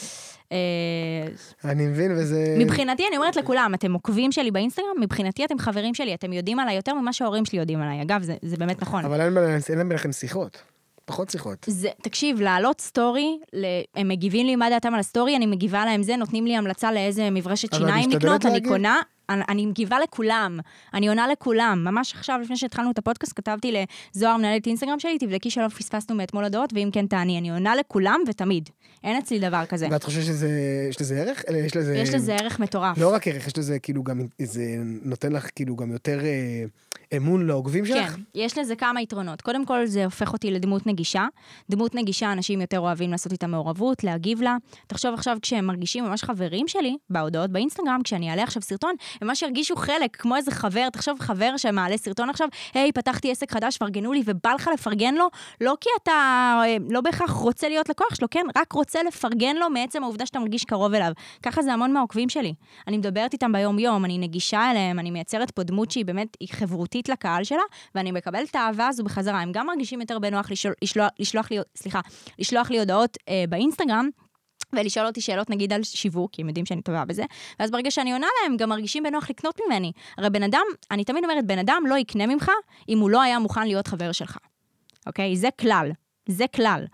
A: אני מבין, וזה...
B: מבחינתי, אני אומרת לכולם, אתם עוקבים שלי באינסטגרם, מבחינתי אתם חברים שלי, אתם יודעים עליי יותר ממה שההורים שלי יודעים עליי. אגב, זה, זה באמת נכון.
A: אבל אין להם ביניכם שיחות. פחות שיחות.
B: זה, תקשיב, לעלות סטורי, הם מגיבים לי מה דעתם על הסטורי, אני מגיבה להם זה, נותנים לי המלצה לאיזה מברשת שיניים לקנות, אני קונה, אני, אני מגיבה לכולם, אני עונה לכולם. ממש עכשיו, לפני שהתחלנו את הפודקאסט, כתבתי לזוהר, מנהלת אינסטגרם שלי, תבדקי שלא פספסנו מאתמול הודעות, ואם כן תעני, אני עונה לכולם ותמיד. אין אצלי דבר כזה.
A: ואת חושבת שיש לזה ערך? יש לזה...
B: יש לזה ערך מטורף.
A: לא רק ערך, יש לזה כאילו גם, זה נותן לך כאילו גם יותר אמון לעוקבים שלך?
B: כן, יש לזה כמה יתרונות. קודם כל, זה הופך אותי לדמות נגישה. דמות נגישה, אנשים יותר אוהבים לעשות איתה מעורבות, להגיב לה. תחשוב עכשיו כשהם מרגישים ממש חברים שלי, בהודעות באינסטגרם, כשאני אעלה עכשיו סרטון, הם ממש ירגישו חלק, כמו איזה חבר, תחשוב חבר שמעלה סרטון עכשיו, היי, פתחתי עסק חדש, פרגנו לי, ובא לך לפרגן לו, לא כי אתה לא בהכרח רוצה להיות לקוח שלו, כן? רק רוצה לפרגן לו מעצם העובדה שאתה מרגיש קרוב אליו. ככה זה המון מהעוקבים שלי. אני מדברת איתם ביום יום, אני נגישה אליהם, אני מייצרת פה דמות שהיא באמת היא חברותית לקהל שלה, ואני מקבלת את האהבה הזו בחזרה. הם גם מרגישים יותר בנוח לשלוח, לשלוח, לשלוח לי, סליחה, לשלוח לי הודעות אה, באינסטגרם, ולשאול אותי שאלות נגיד על שיווק, כי הם יודעים שאני טובה בזה, ואז ברגע שאני עונה להם, גם מרגישים בנוח לקנות ממני. הרי בן אדם, אני תמיד אומרת, בן אדם לא יקנה ממך, אם הוא לא היה מוכן להיות חבר שלך. אוקיי? זה כלל. זה כלל.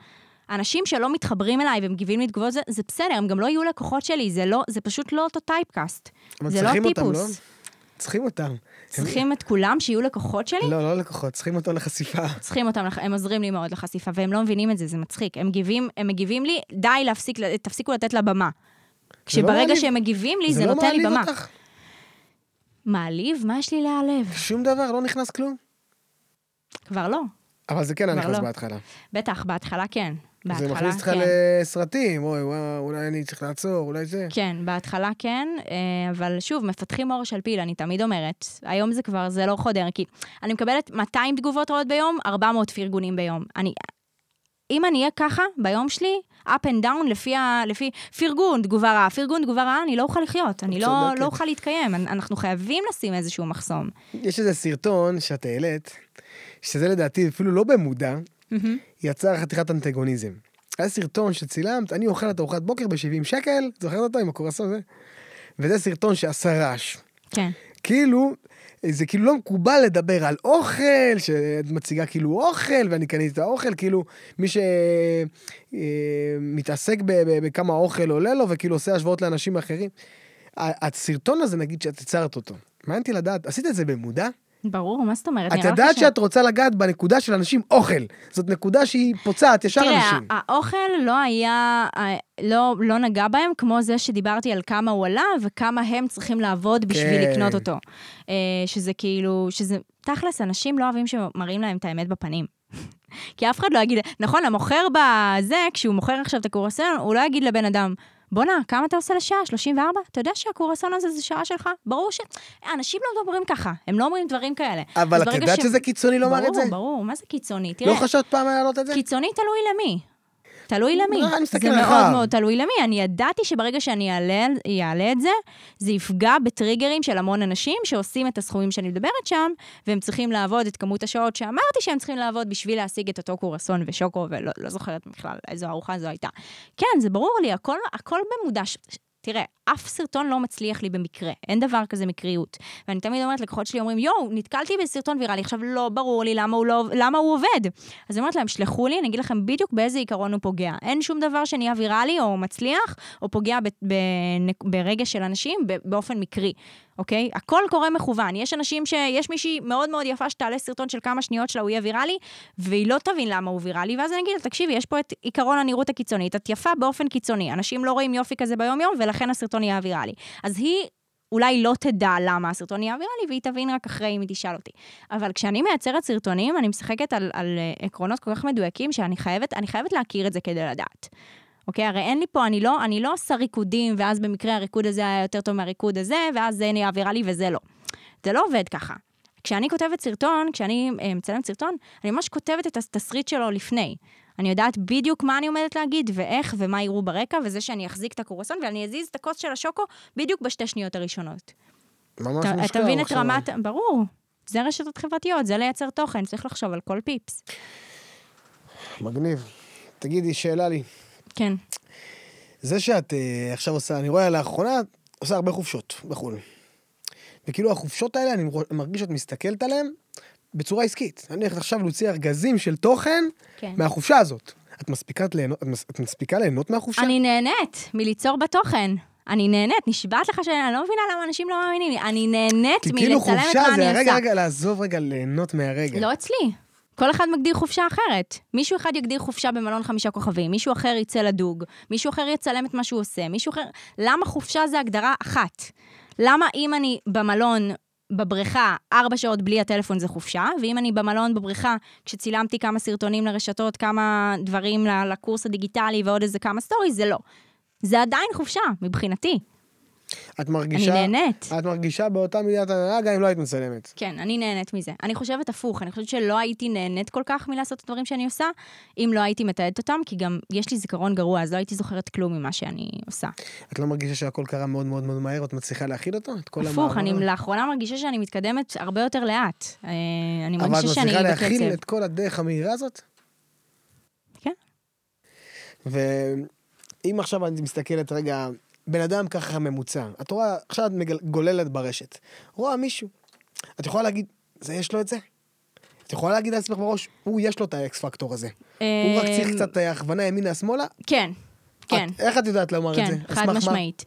B: אנשים שלא מתחברים אליי ומגיבים לי תגובות, זה, זה בסדר, הם גם לא יהיו לקוחות שלי, זה, לא, זה פשוט לא אותו טייפקאסט. זה לא טיפוס. אותם, לא?
A: צריכים אותם.
B: צריכים
A: הם...
B: את כולם שיהיו לקוחות שלי?
A: לא, לא לקוחות, צריכים אותם לחשיפה.
B: צריכים אותם, הם עוזרים לי מאוד לחשיפה, והם לא מבינים את זה, זה מצחיק. הם מגיבים, הם מגיבים לי, די להפסיק, תפסיקו לתת לה במה. כשברגע שהם מגיבים לי, זה נותן לי במה. מעליב? מה יש לי להעלב?
A: שום דבר, לא נכנס כלום.
B: כבר לא.
A: אבל זה כן נכנס בהתחלה.
B: בטח, בהתחלה כן.
A: זה מכניס אותך לסרטים, אוי, אולי אני צריך לעצור, אולי זה.
B: כן, בהתחלה כן, אבל שוב, מפתחים אור של פיל, אני תמיד אומרת. היום זה כבר, זה לא חודר, כי אני מקבלת מאתיים תגובות רעות ביום, ארבע מאות פרגונים ביום. אני, אם אני אהיה ככה, ביום שלי, up and down, לפי, לפי פרגון, תגובה רעה, פרגון, תגובה רעה, אני לא אוכל לחיות, אני לא, לא אוכל להתקיים, אנחנו חייבים לשים איזשהו מחסום.
A: יש איזה סרטון שאת העלית, שזה לדעתי אפילו לא במודע, יצר חתיכת אנטגוניזם. היה סרטון שצילמת, אני אוכל את ארוחת בוקר ב-שבעים שקל, זוכרת אותו עם הקורסון הזה? וזה סרטון שעשה רעש. כן. כאילו, זה כאילו לא מקובל לדבר על אוכל, שאת מציגה כאילו אוכל, ואני קניתי את האוכל, כאילו מי שמתעסק בכמה אוכל עולה לו, וכאילו עושה השוואות לאנשים אחרים. הסרטון הזה, נגיד שאת יצרת אותו, מעניינתי לדעת, עשית את זה במודע?
B: ברור, מה זאת אומרת?
A: את יודעת שאת רוצה לגעת בנקודה של אנשים אוכל. זאת נקודה שהיא פוצעת ישר אנשים.
B: תראה, האוכל לא היה, לא, לא נגע בהם, כמו זה שדיברתי על כמה הוא עלה, וכמה הם צריכים לעבוד בשביל לקנות אותו. שזה כאילו, שזה, תכלס, אנשים לא אוהבים שמראים להם את האמת בפנים. כי אף אחד לא יגיד, נכון, המוכר בזה, כשהוא מוכר עכשיו את הקורסון, הוא לא יגיד לבן אדם, בונה, כמה אתה עושה לשעה? שלושים וארבע? אתה יודע שהקורסון הזה זה שעה שלך? ברור שאנשים לא מדברים ככה, הם לא אומרים דברים כאלה.
A: אבל את יודעת שזה קיצוני לומר את זה?
B: ברור, ברור, מה זה קיצוני?
A: לא חשבת פעם להעלות את זה?
B: קיצוני תלוי למי. תלוי למי. זה מאוד מאוד תלוי למי. אני ידעתי שברגע שאני אעלה את זה, זה יפגע בטריגרים של המון אנשים שעושים את הסכומים שאני מדברת שם, והם צריכים לעבוד את כמות השעות שאמרתי שהם צריכים לעבוד בשביל להשיג את אותו קורסון ושוקו, ולא לא זוכרת בכלל איזו ארוחה זו הייתה. כן, זה ברור לי, הכל, הכל במודע. תראה, אף סרטון לא מצליח לי במקרה, אין דבר כזה מקריות. ואני תמיד אומרת, לקוחות שלי אומרים, יואו, נתקלתי בסרטון ויראלי, עכשיו לא ברור לי למה הוא, לא, למה הוא עובד. אז אני אומרת להם, שלחו לי, אני אגיד לכם בדיוק באיזה עיקרון הוא פוגע. אין שום דבר שנהיה ויראלי או מצליח, או פוגע ב, ב, ברגע של אנשים באופן מקרי. אוקיי? הכל קורה מכוון. יש אנשים שיש מישהי מאוד מאוד יפה שתעלה סרטון של כמה שניות שלה, הוא יהיה ויראלי, והיא לא תבין למה הוא ויראלי, ואז אני אגיד, תקשיבי, יש פה את עיקרון הנראות הקיצונית, את יפה באופן קיצוני, אנשים לא רואים יופי כזה ביום יום, ולכן הסרטון יהיה ויראלי. אז היא אולי לא תדע למה הסרטון יהיה ויראלי, והיא תבין רק אחרי אם היא תשאל אותי. אבל כשאני מייצרת סרטונים, אני משחקת על, על עקרונות כל כך מדויקים, שאני חייבת, אני חייבת להכיר את זה כדי לדעת. אוקיי, הרי אין לי פה, אני לא, אני לא עושה ריקודים, ואז במקרה הריקוד הזה היה יותר טוב מהריקוד הזה, ואז זה נהיה ויראלי וזה לא. זה לא עובד ככה. כשאני כותבת סרטון, כשאני מצלמת סרטון, אני ממש כותבת את התסריט שלו לפני. אני יודעת בדיוק מה אני עומדת להגיד, ואיך, ומה יראו ברקע, וזה שאני אחזיק את הקורסון, ואני אזיז את הכוס של השוקו בדיוק בשתי שניות הראשונות.
A: ממש מושקע.
B: אתה מבין את רמת, ברור, זה רשתות חברתיות, זה לייצר תוכן, צריך לחשוב על כל פיפס.
A: מגניב. תגידי, שאלה לי.
B: כן.
A: זה שאת uh, עכשיו עושה, אני רואה לאחרונה, עושה הרבה חופשות בחו"ל. וכאילו החופשות האלה, אני מרגיש שאת מסתכלת עליהן בצורה עסקית. אני הולכת עכשיו להוציא ארגזים של תוכן כן. מהחופשה הזאת. את מספיקה ליהנות, את מספיקה ליהנות מהחופשה?
B: אני נהנית מליצור בתוכן. אני נהנית, נשבעת לך שאני לא מבינה למה אנשים לא מאמינים לי. אני נהנית מלצלם את מה אני עושה. כי כאילו חופשה זה הרגע, רגע, לעזוב רגע, ליהנות מהרגע. לא אצלי. כל אחד מגדיר חופשה אחרת. מישהו אחד יגדיר חופשה במלון חמישה כוכבים, מישהו אחר יצא לדוג, מישהו אחר יצלם את מה שהוא עושה, מישהו אחר... למה חופשה זה הגדרה אחת? למה אם אני במלון בבריכה ארבע שעות בלי הטלפון זה חופשה, ואם אני במלון בבריכה, כשצילמתי כמה סרטונים לרשתות, כמה דברים לקורס הדיגיטלי ועוד איזה כמה סטורי, זה לא. זה עדיין חופשה, מבחינתי.
A: את מרגישה,
B: אני נהנית.
A: את מרגישה באותה מידת הנאה, גם אם לא היית מצלמת.
B: כן, אני נהנית מזה. אני חושבת הפוך, אני חושבת שלא הייתי נהנית כל כך מלעשות את הדברים שאני עושה, אם לא הייתי מתעדת אותם, כי גם יש לי זיכרון גרוע, אז לא הייתי זוכרת כלום ממה שאני עושה.
A: את לא מרגישה שהכל קרה מאוד מאוד מאוד מהר, ואת מצליחה להכיל אותו?
B: הפוך, אני לאחרונה מרגישה שאני מתקדמת הרבה יותר לאט. אני מרגישה שאני בקצב.
A: אבל את מצליחה להכיל את כל הדרך המהירה הזאת?
B: כן.
A: ואם עכשיו אני מסתכלת רגע, בן אדם ככה ממוצע, את רואה, עכשיו את גוללת ברשת, רואה מישהו, את יכולה להגיד, זה יש לו את זה? את את יכולה להגיד לעצמך בראש, הוא יש לו את האקס פקטור הזה. הוא רק צריך קצת הכוונה ימינה שמאלה?
B: כן, כן.
A: איך את יודעת לומר את זה?
B: כן, חד משמעית.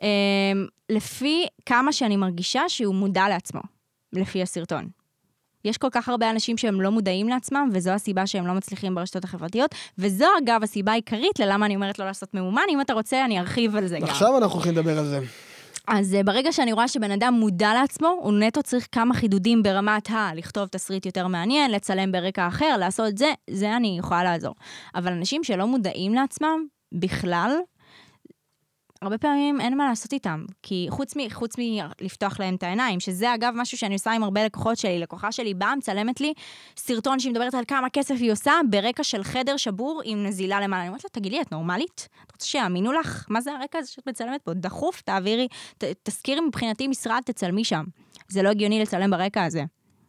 B: לפי כמה שאני מרגישה שהוא מודע לעצמו, לפי הסרטון. יש כל כך הרבה אנשים שהם לא מודעים לעצמם, וזו הסיבה שהם לא מצליחים ברשתות החברתיות, וזו אגב הסיבה העיקרית ללמה אני אומרת לא לעשות מאומן, אם אתה רוצה אני ארחיב על זה גם.
A: עכשיו אנחנו הולכים לדבר על זה.
B: אז ברגע שאני רואה שבן אדם מודע לעצמו, הוא נטו צריך כמה חידודים ברמת ה, לכתוב תסריט יותר מעניין, לצלם ברקע אחר, לעשות את זה, זה אני יכולה לעזור. אבל אנשים שלא מודעים לעצמם, בכלל, הרבה פעמים אין מה לעשות איתם, כי חוץ מ, חוץ מלפתוח להם את העיניים, שזה אגב משהו שאני עושה עם הרבה לקוחות שלי, לקוחה שלי באה, מצלמת לי סרטון שהיא מדברת על כמה כסף היא עושה, ברקע של חדר שבור עם נזילה למעלה. אני אומרת לה, תגידי, את נורמלית? את רוצה שיאמינו לך? מה זה הרקע הזה שאת מצלמת פה? דחוף, תעבירי, ת, תזכירי מבחינתי משרד, תצלמי שם. זה לא הגיוני לצלם ברקע הזה.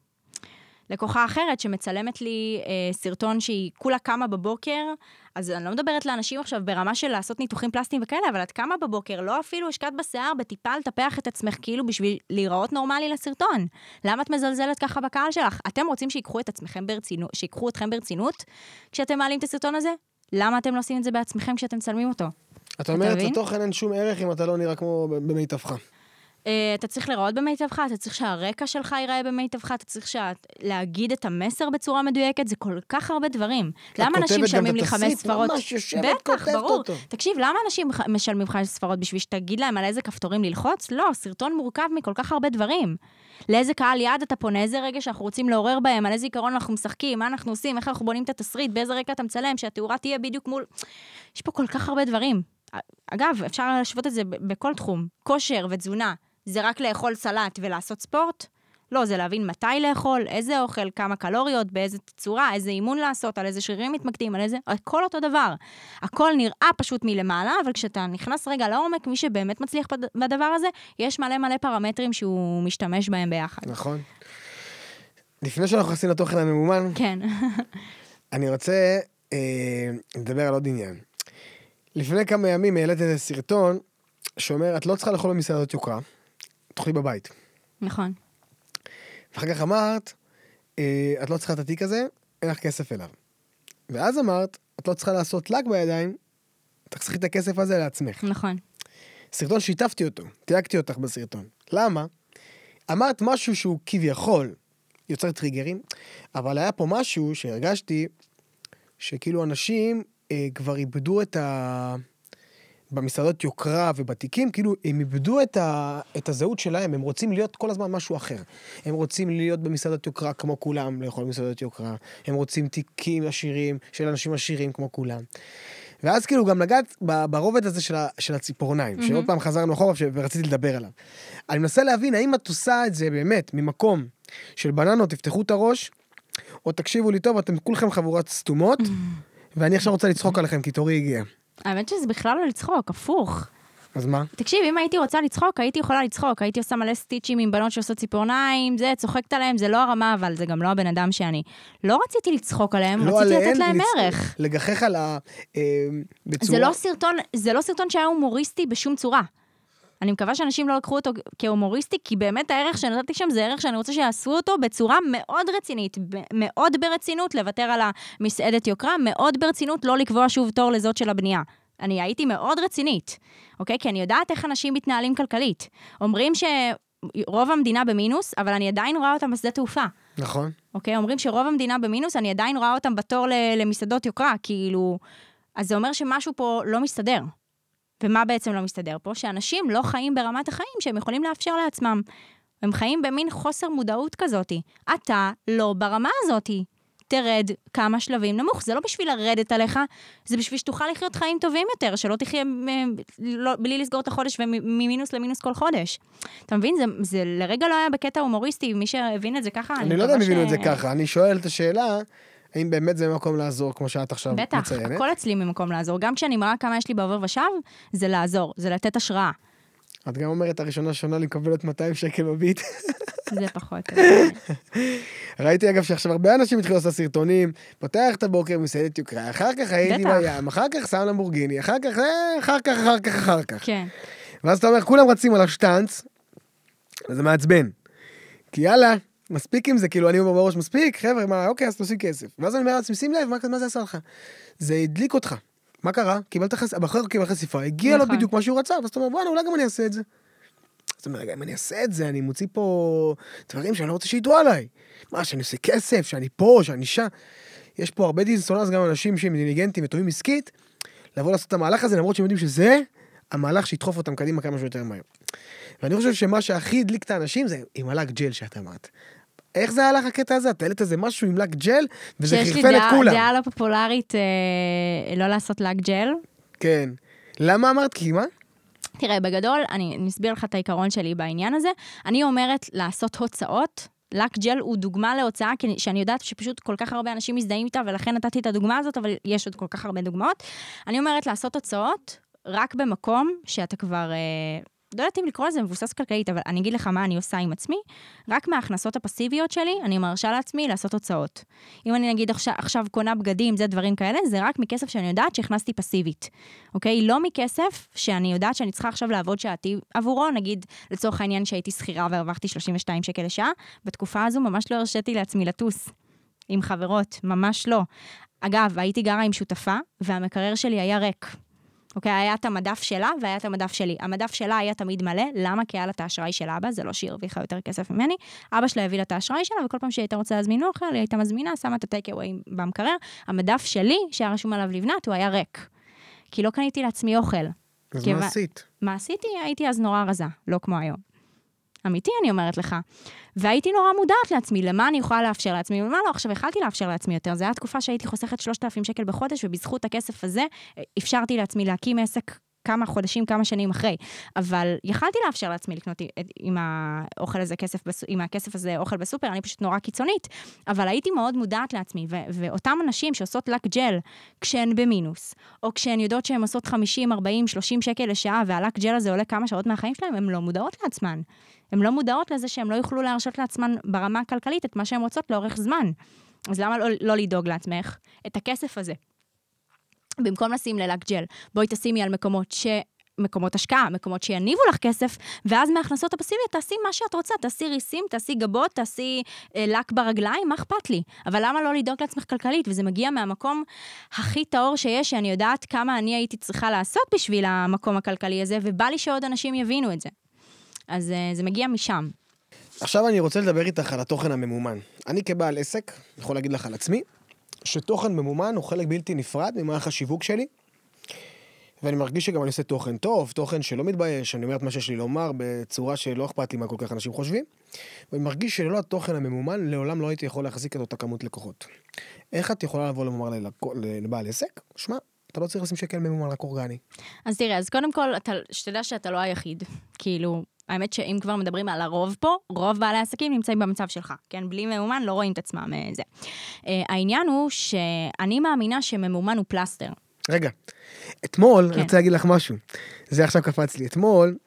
B: לקוחה אחרת שמצלמת לי אה, סרטון שהיא כולה קמה בבוקר, אז אני לא מדברת לאנשים עכשיו ברמה של לעשות ניתוחים פלסטיים וכאלה, אבל את קמה בבוקר, לא אפילו השקעת בשיער, בטיפה לטפח את עצמך כאילו בשביל להיראות נורמלי לסרטון. למה את מזלזלת ככה בקהל שלך? אתם רוצים שיקחו את עצמכם ברצינות, שיקחו אתכם ברצינות כשאתם מעלים את הסרטון הזה? למה אתם לא עושים את זה בעצמכם כשאתם מצלמים אותו?
A: את אומרת, לתוכן אין שום ערך אם אתה לא נראה כמו במיטבך.
B: אתה צריך לראות במיטבך, אתה צריך שהרקע שלך ייראה במיטבך, אתה צריך להגיד את המסר בצורה מדויקת, זה כל כך הרבה דברים. למה אנשים משלמים לי חמש ספרות? בטח, ברור. תקשיב, למה אנשים משלמים חמש ספרות בשביל שתגיד להם על איזה כפתורים ללחוץ? לא, סרטון מורכב מכל כך הרבה דברים. לאיזה קהל יעד אתה פונה, איזה רגע שאנחנו רוצים לעורר בהם, על איזה עיקרון אנחנו משחקים, מה אנחנו עושים, איך אנחנו בונים את התסריט, באיזה רקע אתה מצלם, שהתאורה תהיה בדיוק מול... יש פה כל כך הרבה דברים. אגב, אפשר להשוות את זה בכל תחום. כושר ותזונה. זה רק לאכול סלט ולעשות ספורט? לא, זה להבין מתי לאכול, איזה אוכל, כמה קלוריות, באיזה צורה, איזה אימון לעשות, על איזה שרירים מתמקדים, על איזה... הכל אותו דבר. הכל נראה פשוט מלמעלה, אבל כשאתה נכנס רגע לעומק, מי שבאמת מצליח בדבר הזה, יש מלא מלא פרמטרים שהוא משתמש בהם ביחד.
A: נכון. לפני שאנחנו נכנסים לתוכן הממומן,
B: כן.
A: אני רוצה אה, לדבר על עוד עניין. לפני כמה ימים העליתי איזה סרטון שאומר, את לא צריכה לאכול במסעדות יוקרה, תאכלי בבית.
B: נכון.
A: ואחר כך אמרת, את לא צריכה את התיק הזה, אין לך כסף אליו. ואז אמרת, את לא צריכה לעשות לק בידיים, תחסכי את הכסף הזה לעצמך.
B: נכון.
A: סרטון שיתפתי אותו, תייגתי אותך בסרטון. למה? אמרת משהו שהוא כביכול יוצר טריגרים, אבל היה פה משהו שהרגשתי שכאילו אנשים אה, כבר איבדו את ה... במסעדות יוקרה ובתיקים, כאילו הם איבדו את, ה, את הזהות שלהם, הם רוצים להיות כל הזמן משהו אחר. הם רוצים להיות במסעדות יוקרה כמו כולם, לאכול במסעדות יוקרה. הם רוצים תיקים עשירים של אנשים עשירים כמו כולם. ואז כאילו גם לגעת ברובד הזה של, ה, של הציפורניים, mm-hmm. שעוד פעם חזרנו אחורה ורציתי לדבר עליו. אני מנסה להבין, האם את עושה את זה באמת ממקום של בננות, תפתחו את הראש, או תקשיבו לי טוב, אתם כולכם חבורת סתומות, ואני עכשיו רוצה לצחוק עליכם, כי תורי הגיע.
B: האמת שזה בכלל לא לצחוק, הפוך.
A: אז מה?
B: תקשיב, אם הייתי רוצה לצחוק, הייתי יכולה לצחוק, הייתי עושה מלא סטיצ'ים עם בנות שעושות ציפורניים, זה, צוחקת עליהם, זה לא הרמה, אבל זה גם לא הבן אדם שאני. לא רציתי לצחוק עליהם, לא רציתי לתת להם ערך.
A: לגחך על ה... בצורה...
B: זה לא סרטון, זה לא סרטון שהיה הומוריסטי בשום צורה. אני מקווה שאנשים לא לקחו אותו כהומוריסטי, כי באמת הערך שנתתי שם זה ערך שאני רוצה שיעשו אותו בצורה מאוד רצינית, מאוד ברצינות לוותר על המסעדת יוקרה, מאוד ברצינות לא לקבוע שוב תור לזאת של הבנייה. אני הייתי מאוד רצינית, אוקיי? כי אני יודעת איך אנשים מתנהלים כלכלית. אומרים שרוב המדינה במינוס, אבל אני עדיין רואה אותם בשדה תעופה.
A: נכון.
B: אוקיי? אומרים שרוב המדינה במינוס, אני עדיין רואה אותם בתור למסעדות יוקרה, כאילו... אז זה אומר שמשהו פה לא מסתדר. ומה בעצם לא מסתדר פה? שאנשים לא חיים ברמת החיים שהם יכולים לאפשר לעצמם. הם חיים במין חוסר מודעות כזאת. אתה לא ברמה הזאת. תרד כמה שלבים נמוך. זה לא בשביל לרדת עליך, זה בשביל שתוכל לחיות חיים טובים יותר, שלא תחיה לא, בלי לסגור את החודש וממינוס למינוס כל חודש. אתה מבין? זה, זה לרגע לא היה בקטע הומוריסטי, מי שהבין את זה ככה,
A: אני, אני לא יודע אם הבינו ש... את זה ככה. אני שואל את השאלה, האם באמת זה מקום לעזור, כמו שאת עכשיו
B: בטח,
A: מציינת?
B: בטח, הכל אצלי ממקום לעזור. גם כשאני מראה כמה יש לי בעובר ושב, זה לעזור, זה לתת השראה.
A: את גם אומרת, הראשונה שונה לי מקבלת מאתיים שקל בביט.
B: זה פחות.
A: ראיתי אגב שעכשיו הרבה אנשים התחילו לעשות סרטונים, פותח את הבוקר מסעדת יוקרה, אחר כך הייתי בים, אחר כך שם למבורגיני, אחר כך, אחר כך, אחר כך, אחר כך.
B: כן.
A: ואז אתה אומר, כולם רצים על השטנץ, וזה מעצבן. כי יאללה, מספיק עם זה, כאילו, אני אומר בראש, מספיק, חבר'ה, מה, אוקיי, אז תוסיף כסף. ואז אני אומר לעצמי, שים לב, מה, מה זה עשה לך? זה הדליק אותך. מה קרה? קיבלת חשיפה, הבחור קיבל חשיפה, הגיע לו בדיוק מה שהוא רצה, ואז אתה אומר, בוא'נה, אולי גם אני אעשה את זה. זאת אומרת, אם אני אעשה את זה, אני מוציא פה דברים שאני לא רוצה שידעו עליי. מה, שאני עושה כסף, שאני פה, שאני שם. יש פה הרבה דיסוננס, גם אנשים שהם אינטליגנטים וטובים עסקית, לבוא לעשות את המהלך הזה, למרות שהם יודעים שזה המהלך שידחוף אותם קדימה כמה שיותר מהר. ואני חושב שמה שהכי הדליק את האנשים זה עם הלק ג'ל שאתה אמרת. איך זה הלך הקטע הזה? אתה העלית איזה משהו עם לק ג'ל, וזה חירפן את כולם.
B: שיש לי דעה לא פופולרית אה, לא לעשות לק ג'ל.
A: כן. למה אמרת? כי מה?
B: תראה, בגדול, אני נסביר לך את העיקרון שלי בעניין הזה. אני אומרת לעשות הוצאות, לק ג'ל הוא דוגמה להוצאה, שאני יודעת שפשוט כל כך הרבה אנשים מזדהים איתה, ולכן נתתי את הדוגמה הזאת, אבל יש עוד כל כך הרבה דוגמאות. אני אומרת לעשות הוצאות רק במקום שאתה כבר... אה, לא יודעת אם לקרוא לזה מבוסס כלכלית, אבל אני אגיד לך מה אני עושה עם עצמי, רק מההכנסות הפסיביות שלי, אני מרשה לעצמי לעשות הוצאות. אם אני נגיד עכשיו, עכשיו קונה בגדים, זה דברים כאלה, זה רק מכסף שאני יודעת שהכנסתי פסיבית. אוקיי? לא מכסף שאני יודעת שאני צריכה עכשיו לעבוד שעתי עבורו, נגיד לצורך העניין שהייתי שכירה והרווחתי שלושים ושתיים שקל לשעה, בתקופה הזו ממש לא הרשיתי לעצמי לטוס עם חברות, ממש לא. אגב, הייתי גרה עם שותפה, והמקרר שלי היה ריק. אוקיי, היה את המדף שלה והיה את המדף שלי. המדף שלה היה תמיד מלא, למה? כי היה לה את האשראי של אבא, זה לא שהיא הרוויחה יותר כסף ממני. אבא שלה הביא לה את האשראי שלה, וכל פעם שהיא הייתה רוצה להזמין אוכל, היא הייתה מזמינה, שמה את הטייק-אווי במקרר. המדף שלי, שהיה רשום עליו לבנת, הוא היה ריק. כי לא קניתי לעצמי אוכל.
A: אז מה עשית?
B: מה עשיתי? הייתי אז נורא רזה, לא כמו היום. אמיתי, אני אומרת לך. והייתי נורא מודעת לעצמי, למה אני יכולה לאפשר לעצמי, ולמה לא, עכשיו יכלתי לאפשר לעצמי יותר. זו הייתה תקופה שהייתי חוסכת שלושת אלפים שקל בחודש, ובזכות הכסף הזה, אפשרתי לעצמי להקים עסק כמה חודשים, כמה שנים אחרי. אבל יכלתי לאפשר לעצמי לקנות עם האוכל הזה כסף, עם הכסף הזה אוכל בסופר, אני פשוט נורא קיצונית. אבל הייתי מאוד מודעת לעצמי, ו- ואותם אנשים שעושות לק ג'ל, כשהן במינוס, או כשהן יודעות שהן עושות חמישים, ארבעים, שלושים שקל לשעה, והלק ג'ל הזה עולה כמה שעות מהחיים שלהם, הן לא מודעות לעצמן. הן לא מודעות לזה שהן לא יוכלו להרשות לעצמן ברמה הכלכלית את מה שהן רוצות לאורך זמן. אז למה לא, לא לדאוג לעצמך את הכסף הזה? במקום לשים ללק ג'ל, בואי תשימי על מקומות ש... מקומות השקעה, מקומות שיניבו לך כסף, ואז מההכנסות הפסיביות תעשי מה שאת רוצה, תעשי ריסים, תעשי גבות, תעשי אה, לק ברגליים, מה אכפת לי? אבל למה לא לדאוג לעצמך כלכלית? וזה מגיע מהמקום הכי טהור שיש, שאני יודעת כמה אני הייתי צריכה לעשות בשביל המקום הכלכלי הזה, ובא לי שעוד אנשים יבינו את זה. אז uh, זה מגיע משם.
A: עכשיו אני רוצה לדבר איתך על התוכן הממומן. אני כבעל עסק, יכול להגיד לך על עצמי, שתוכן ממומן הוא חלק בלתי נפרד ממערך השיווק שלי, ואני מרגיש שגם אני עושה תוכן טוב, תוכן שלא מתבייש, אני אומר את מה שיש לי לומר בצורה שלא אכפת לי מה כל כך אנשים חושבים, ואני מרגיש שללא התוכן הממומן, לעולם לא הייתי יכול להחזיק את אותה כמות לקוחות. איך את יכולה לבוא למומר לבעל עסק? שמע, אתה לא צריך לשים שקל ממומן רק אורגני.
B: אז תראה, אז קודם כל, אתה, שתדע שאתה לא היחיד. כאילו, האמת שאם כבר מדברים על הרוב פה, רוב בעלי העסקים נמצאים במצב שלך. כן, בלי ממומן לא רואים את עצמם זה. העניין הוא שאני מאמינה שממומן הוא פלסטר.
A: רגע, אתמול, אני רוצה להגיד לך משהו. זה עכשיו קפץ לי. אתמול,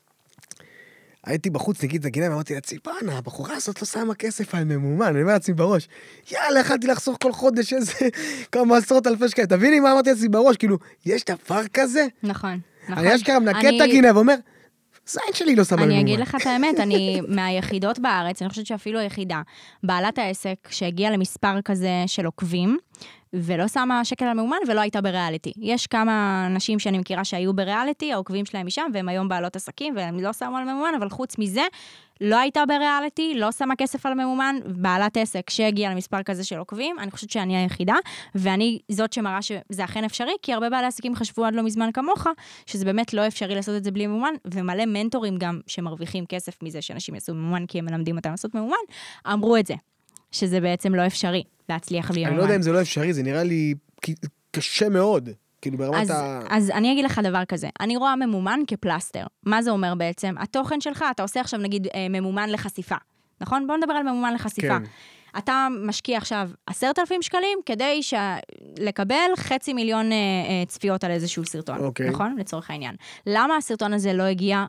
A: הייתי בחוץ, נגיד, הגינה, ואמרתי לעצמי, בנה, הבחורה הזאת לא שמה כסף על ממומן. אני אומר לעצמי בראש, יאללה, יכלתי לחסוך כל חודש איזה כמה עשרות אלפי שקלים. תביני מה אמרתי לעצמי בראש, כאילו, יש דבר כזה?
B: נכון, נכון.
A: אני אשכרה מנקה את הגינה ואומר, זין שלי לא שמה על ממומן.
B: אני אגיד לך את האמת, אני מהיחידות בארץ, אני חושבת שאפילו היחידה, בעלת העסק שהגיעה למספר כזה של עוקבים, ולא שמה שקל על ממומן ולא הייתה בריאליטי. יש כמה אנשים שאני מכירה שהיו בריאליטי, העוקבים שלהם משם, והם היום בעלות עסקים, והם לא שמו על ממומן, אבל חוץ מזה, לא הייתה בריאליטי, לא שמה כסף על ממומן, בעלת עסק שהגיעה למספר כזה של עוקבים, אני חושבת שאני היחידה, ואני זאת שמראה שזה אכן אפשרי, כי הרבה בעלי עסקים חשבו עד לא מזמן כמוך, שזה באמת לא אפשרי לעשות את זה בלי ממומן, ומלא מנטורים גם שמרוויחים כסף מזה שאנשים יעשו ממומן, כי הם מלמדים אותם לעשות ממומן, אמרו את זה, שזה בעצם לא אפשרי להצליח בלי ממומן.
A: אני לא יודע אם זה לא אפשרי, זה נראה לי קשה מאוד. כאילו ברמת
B: אז,
A: ה...
B: אז אני אגיד לך דבר כזה, אני רואה ממומן כפלסטר. מה זה אומר בעצם? התוכן שלך, אתה עושה עכשיו נגיד ממומן לחשיפה, נכון? בוא נדבר על ממומן לחשיפה.
A: כן.
B: אתה משקיע עכשיו עשרת אלפים שקלים, כדי ש... לקבל חצי מיליון אה, צפיות על איזשהו סרטון,
A: אוקיי.
B: נכון? לצורך העניין. למה הסרטון הזה לא הגיע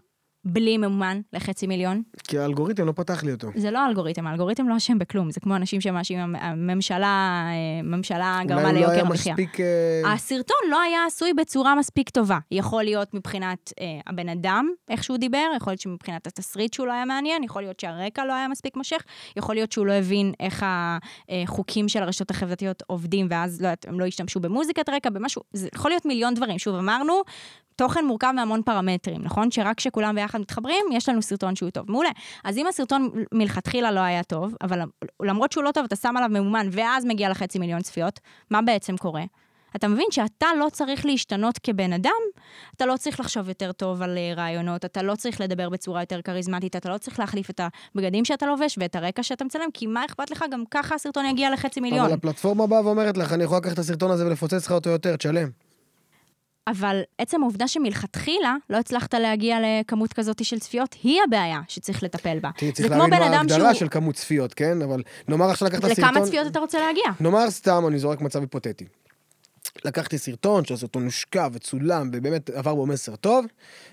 B: בלי ממומן לחצי מיליון?
A: כי האלגוריתם לא פתח לי אותו.
B: זה לא האלגוריתם, האלגוריתם לא אשם בכלום, זה כמו אנשים שמאשים, הממשלה, הממשלה גרמה ליוקר המחיה.
A: מספיק...
B: הסרטון לא היה עשוי בצורה מספיק טובה. יכול להיות מבחינת אה, הבן אדם, איך שהוא דיבר, יכול להיות שמבחינת התסריט שהוא לא היה מעניין, יכול להיות שהרקע לא היה מספיק משך, יכול להיות שהוא לא הבין איך החוקים של הרשתות החברתיות עובדים, ואז לא, הם לא השתמשו במוזיקת רקע, במשהו, זה יכול להיות מיליון דברים. שוב, אמרנו, תוכן מורכב מהמון פרמטרים, נכון? שרק כשכולם ביחד מתחברים, יש לנו סרטון שהוא טוב. מעולה. אז אם הסרטון מלכתחילה לא היה טוב, אבל למרות שהוא לא טוב, אתה שם עליו ממומן, ואז מגיע לחצי מיליון צפיות, מה בעצם קורה? אתה מבין שאתה לא צריך להשתנות כבן אדם, אתה לא צריך לחשוב יותר טוב על רעיונות, אתה לא צריך לדבר בצורה יותר קריזמטית, אתה לא צריך להחליף את הבגדים שאתה לובש ואת הרקע שאתה מצלם, כי מה אכפת לך? גם ככה הסרטון יגיע לחצי מיליון.
A: אבל הפלטפורמה באה ואומרת לך, אני יכולה לקחת את הסרטון הזה ולפוצץ לך אותו יותר, תשלם.
B: אבל עצם העובדה שמלכתחילה לא הצלחת להגיע לכמות כזאת של צפיות, היא הבעיה שצריך לטפל בה.
A: צריך להבין מה ההגדרה של כמות צפיות, כן? אבל נאמר עכשיו לקחת סרטון...
B: לכמה צפיות אתה רוצה להגיע?
A: נאמר סתם, אני זורק מצב היפותטי. לקחתי סרטון, שהסרטון הושקע וצולם, ובאמת עבר בו מסר טוב,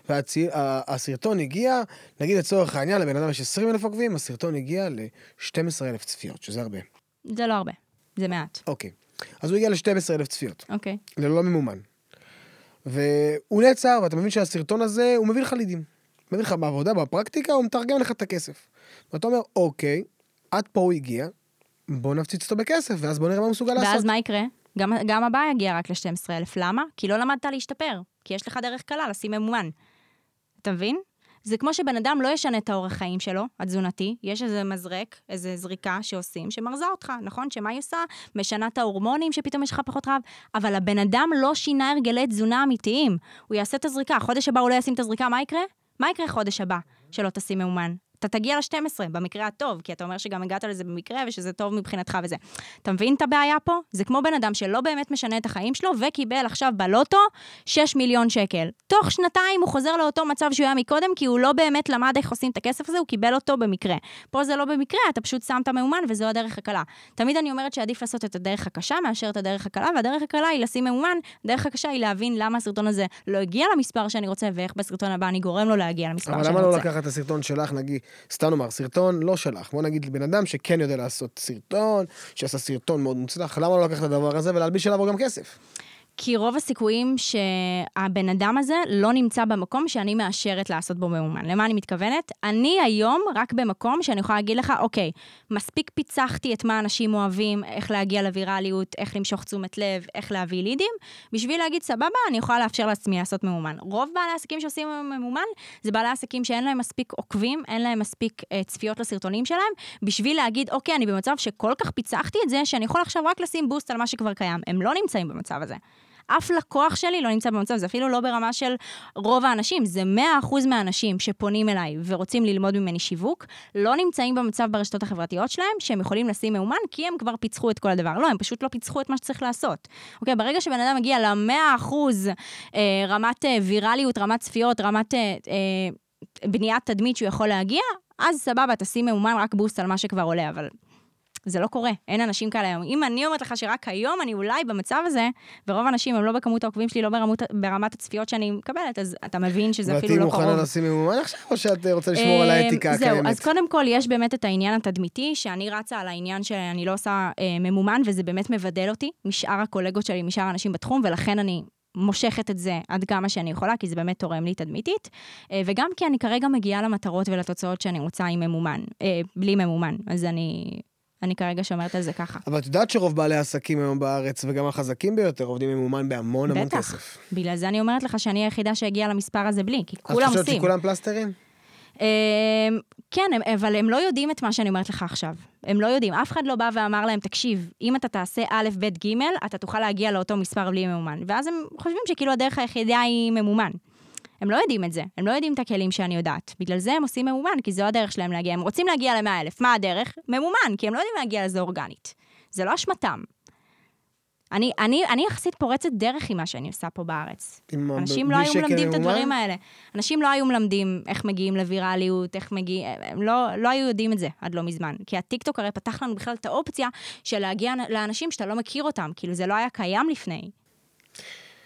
A: והסרטון הגיע, נגיד לצורך העניין, לבן אדם יש עשרים אלף עוקבים, הסרטון הגיע ל-שנים עשר אלף צפיות, שזה הרבה.
B: זה לא הרבה, זה מעט.
A: אוקיי. אז הוא הגיע ל-שנים עשר אלף צפיות.
B: אוקיי.
A: זה לא ממומן. והוא נעצר, ואתה מבין שהסרטון הזה, הוא מביא לך לידים. מביא לך בעבודה, בפרקטיקה, הוא מתרגם לך את הכסף. ואתה אומר, אוקיי, עד פה הוא הגיע, בוא נפציץ אותו בכסף, ואז בוא נראה מה הוא מסוגל לעשות.
B: ואז מה יקרה? גם, גם הבא יגיע רק ל-שנים עשר אלף. למה? כי לא למדת להשתפר. כי יש לך דרך קלה לשים ממומן. אתה מבין? זה כמו שבן אדם לא ישנה את האורח חיים שלו, התזונתי, יש איזה מזרק, איזה זריקה שעושים, שמרזה אותך, נכון? שמה היא עושה? משנה את ההורמונים שפתאום יש לך פחות רעב, אבל הבן אדם לא שינה הרגלי תזונה אמיתיים. הוא יעשה את הזריקה, חודש הבא הוא לא ישים את הזריקה, מה יקרה? מה יקרה חודש הבא שלא תשים ממומן? אתה תגיע ל-שתים עשרה, במקרה הטוב, כי אתה אומר שגם הגעת לזה במקרה, ושזה טוב מבחינתך וזה. אתה מבין את הבעיה פה? זה כמו בן אדם שלא באמת משנה את החיים שלו, וקיבל עכשיו בלוטו שש מיליון שקל. תוך שנתיים הוא חוזר לאותו מצב שהוא היה מקודם, כי הוא לא באמת למד איך עושים את הכסף הזה, הוא קיבל אותו במקרה. פה זה לא במקרה, אתה פשוט שם את הממומן, וזו הדרך הקלה. תמיד אני אומרת שעדיף לעשות את הדרך הקשה, מאשר את הדרך הקלה, והדרך הקלה היא לשים ממומן, הדרך הקשה היא להבין למה הסרטון הזה לא הגיע למספר שאני רוצה, ואיך בסרטון הבא אני גורם לו להגיע למספר שאני רוצה.
A: אבל למה לא לקחת את הסרטון שלך, נגיד, סתם נאמר, סרטון לא שלך. בוא נגיד לבן אדם שכן יודע לעשות סרטון, שעשה סרטון מאוד מוצלח, למה לא לקחת את הדבר הזה ולהלביש עליו גם כסף?
B: כי רוב הסיכויים שהבן אדם הזה לא נמצא במקום שאני מאשרת לעשות בו ממומן. למה אני מתכוונת? אני היום רק במקום שאני יכולה להגיד לך, אוקיי, מספיק פיצחתי את מה אנשים אוהבים, איך להגיע לווירליות, איך למשוך תשומת לב, איך להביא לידים, בשביל להגיד סבבה, אני יכולה לאפשר לעצמי לעשות ממומן. רוב בעלי העסקים שעושים ממומן, זה בעלי העסקים שאין להם מספיק עוקבים, אין להם מספיק uh, צפיות לסרטונים שלהם, בשביל להגיד, אוקיי, אני במצב שכל כך פיצחתי את זה, שאני יכול עכשיו רק לשים בוסט על מה שכבר קיים. הם לא נמצאים במצב הזה. אף לקוח שלי לא נמצא במצב, זה אפילו לא ברמה של רוב האנשים, זה מאה אחוז מהאנשים שפונים אליי ורוצים ללמוד ממני שיווק, לא נמצאים במצב ברשתות החברתיות שלהם, שהם יכולים לשים מאומן, כי הם כבר פיצחו את כל הדבר. לא, הם פשוט לא פיצחו את מה שצריך לעשות. אוקיי, ברגע שבן אדם מגיע ל-מאה אחוז אה, רמת אה, וירליות, רמת צפיות, רמת אה, אה, בניית תדמית שהוא יכול להגיע, אז סבבה, תשים מאומן רק בוסט על מה שכבר עולה, אבל זה לא קורה, אין אנשים כאלה היום. אם אני אומרת לך שרק היום אני אולי במצב הזה, ורוב האנשים הם לא בכמות העוקבים שלי, לא ברמת, ברמת הצפיות שאני מקבלת, אז אתה מבין שזה אפילו לא קרוב.
A: ואתי מוכנה לשים ממומן עכשיו, או שאת רוצה לשמור על האתיקה הקיימת?
B: זהו, אז קודם כל יש באמת את העניין התדמיתי, שאני רצה על העניין שאני לא עושה ממומן, וזה באמת מבדל אותי, משאר הקולגות שלי, משאר האנשים בתחום, ולכן אני מושכת את זה עד כמה שאני יכולה, כי זה באמת תורם לי תדמיתית, וגם כי אני כרגע מגיעה למטרות ולתוצאות שאני רוצה עם ממומן, בלי ממומן, אז אני אני כרגע שומרת על זה ככה.
A: אבל את יודעת שרוב בעלי העסקים היום בארץ, וגם החזקים ביותר, עובדים ממומן בהמון המון כסף.
B: בטח. בגלל זה אני אומרת לך שאני היחידה שהגיעה למספר הזה בלי, כי כולם עושים.
A: את חושבת שכולם פלסטרים?
B: כן, אבל הם לא יודעים את מה שאני אומרת לך עכשיו. הם לא יודעים. אף אחד לא בא ואמר להם, תקשיב, אם אתה תעשה א', ב', ג', אתה תוכל להגיע לאותו מספר בלי ממומן. ואז הם חושבים שכאילו הדרך היחידה היא ממומן. הם לא יודעים את זה, הם לא יודעים את הכלים שאני יודעת. בגלל זה הם עושים ממומן, כי זו הדרך שלהם להגיע. הם רוצים להגיע ל-מאה אלף. מה הדרך? ממומן, כי הם לא יודעים להגיע לזה אורגנית. זה לא אשמתם. אני, אני, אני יחסית פורצת דרך עם מה שאני עושה פה בארץ. אנשים לא היו מלמדים את הדברים האלה. אנשים לא היו מלמדים איך מגיעים לווירליות, איך מגיעים, הם לא, לא היו יודעים את זה עד לא מזמן. כי הטיקטוק הרי פתח לנו בכלל את האופציה של להגיע לאנשים שאתה לא מכיר אותם, כאילו זה לא היה קיים לפני.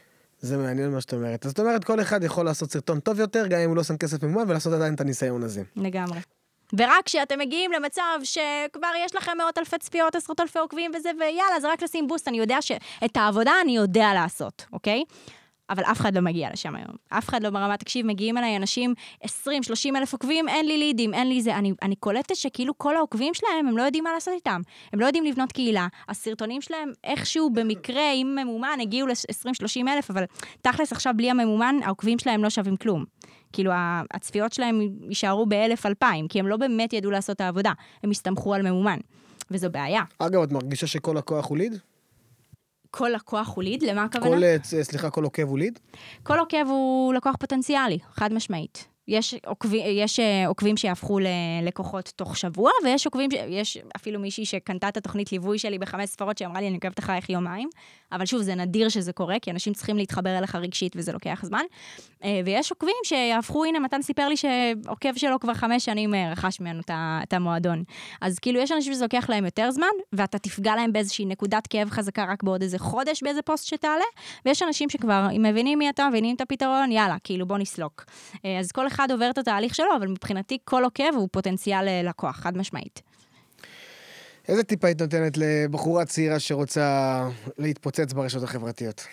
A: זה מעניין מה שאת אומרת. אז זאת אומרת, כל אחד יכול לעשות סרטון טוב יותר, גם אם הוא לא שם כסף ממומן, ולעשות עדיין את הניסיון הזה.
B: לגמרי. ורק כשאתם מגיעים למצב שכבר יש לכם מאות אלפי צפיות, עשרות אלפי עוקבים וזה, ויאללה, זה רק לשים בוסט, אני יודע שאת העבודה אני יודע לעשות, אוקיי? אבל אף אחד לא מגיע לשם היום. אף אחד לא ברמה, תקשיב, מגיעים אליי אנשים עשרים שלושים אלף עוקבים, אין לי לידים, אין לי זה. אני, אני קולטת שכאילו כל העוקבים שלהם, הם לא יודעים מה לעשות איתם. הם לא יודעים לבנות קהילה. הסרטונים שלהם איכשהו במקרה, אם ממומן, הגיעו ל-עשרים שלושים אלף, אבל תכלס עכשיו בלי הממומן, העוקבים שלהם לא שווים כלום. כאילו, הצפיות שלהם יישארו באלף אלפיים, כי הם לא באמת ידעו לעשות את העבודה. הם הסתמכו על ממומן. וזו בעיה.
A: אגב, את מרגישה שכל הכוח הוא ליד?
B: כל לקוח הוא ליד, למה הכוונה?
A: כל, סליחה, כל עוקב הוא ליד?
B: כל עוקב הוא לקוח פוטנציאלי, חד משמעית. יש עוקבים, יש עוקבים שיהפכו ללקוחות תוך שבוע, ויש עוקבים, יש אפילו מישהי שקנתה את התוכנית ליווי שלי בחמש ספרות, שאמרה לי, אני עוקבת אחריך יומיים, אבל שוב, זה נדיר שזה קורה, כי אנשים צריכים להתחבר אליך רגשית, וזה לוקח זמן. ויש עוקבים שיהפכו, הנה, מתן סיפר לי שעוקב שלו כבר חמש שנים רכש ממנו את המועדון. אז כאילו, יש אנשים שזה לוקח להם יותר זמן, ואתה תפגע להם באיזושהי נקודת כאב חזקה רק בעוד איזה חודש באיזה פוסט שתעלה, ויש אנשים שכבר, אם מבינים מי אתה, מבינים את הפתרון, יאללה, כאילו בוא נסלוק. אז כל אחד עובר את התהליך שלו, אבל מבחינתי כל עוקב הוא פוטנציאל לקוח, חד משמעית.
A: איזה טיפ היית נותנת לבחורה צעירה שרוצה להתפוצץ ברשתות החברתיות?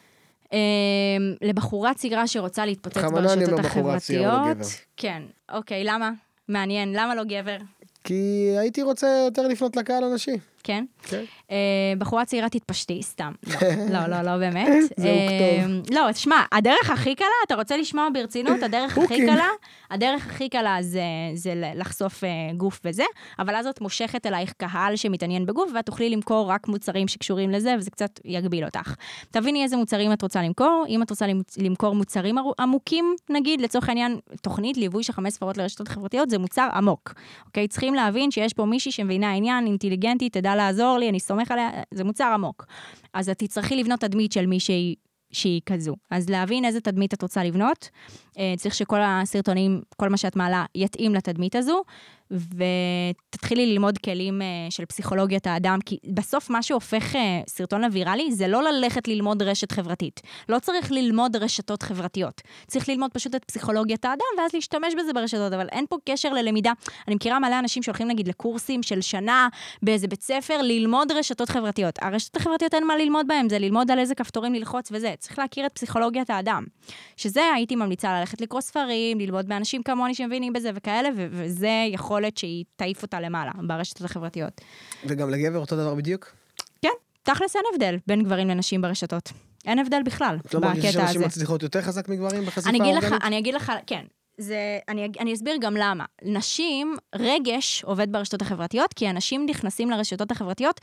B: לבחורה צעירה שרוצה להתפוצץ ברשתות החברתיות? כן, אוקיי, למה? מעניין, למה לא גבר?
A: כי הייתי רוצה יותר לפנות לקהל אנשי.
B: כן? כן. בחורה צעירה תתפשטי, סתם. לא, לא, לא באמת.
A: זהו כתוב.
B: לא, תשמע, הדרך הכי קלה, אתה רוצה לשמוע ברצינות, הדרך הכי קלה, הדרך הכי קלה זה לחשוף גוף וזה, אבל אז את מושכת אלייך קהל שמתעניין בגוף, ואת תוכלי למכור רק מוצרים שקשורים לזה, וזה קצת יגביל אותך. תביני איזה מוצרים את רוצה למכור, אם את רוצה למכור מוצרים עמוקים, נגיד, לצורך העניין, תוכנית ליווי של חמש ספרות לרשתות חברתיות, זה מוצר עמוק. אוקיי? צריכים להבין שיש פה מישהי שמבינה העניין, אינטליגנטית, תדע לעזור לי, אני סומך עליה, זה מוצר עמוק. אז את תצטרכי לבנות תדמית של מישהי שהיא כזו. אז להבין איזה תדמית את רוצה לבנות, צריך שכל הסרטונים, כל מה שאת מעלה, יתאים לתדמית הזו, ותתחילי ללמוד כלים של פסיכולוגיית האדם, כי בסוף מה שהופך סרטון לוויראלי, זה לא ללכת ללמוד רשת חברתית. לא צריך ללמוד רשתות חברתיות. צריך ללמוד פשוט את פסיכולוגיית האדם, ואז להשתמש בזה ברשתות, אבל אין פה קשר ללמידה. אני מכירה מלא אנשים שהולכים נגיד לקורסים של שנה, באיזה בית ספר, ללמוד רשתות חברתיות. הרשתות החברתיות אין מה ללמוד בהם, זה ללמוד על איזה כפתורים ללחוץ וזה. צריך להכיר את פסיכולוגיית האדם. שזה הייתי ממליצה ללכת לקרוא ספרים, ללמוד באנשים כמוני שמבינים בזה וכאלה, וזה יכולת שהיא תעיף אותה למעלה ברשתות החברתיות.
A: וגם לגבר אותו דבר בדיוק?
B: כן, תכלס אין הבדל בין גברים לנשים ברשתות. אין הבדל בכלל בקטע הזה.
A: את לא מרגיש שנשים מצליחות יותר חזק מגברים בחשיפה האורגנית?
B: אני אגיד לך, כן. זה, אני, אני אסביר גם למה. נשים, רגש עובד ברשתות החברתיות, כי אנשים נכנסים לרשתות החברתיות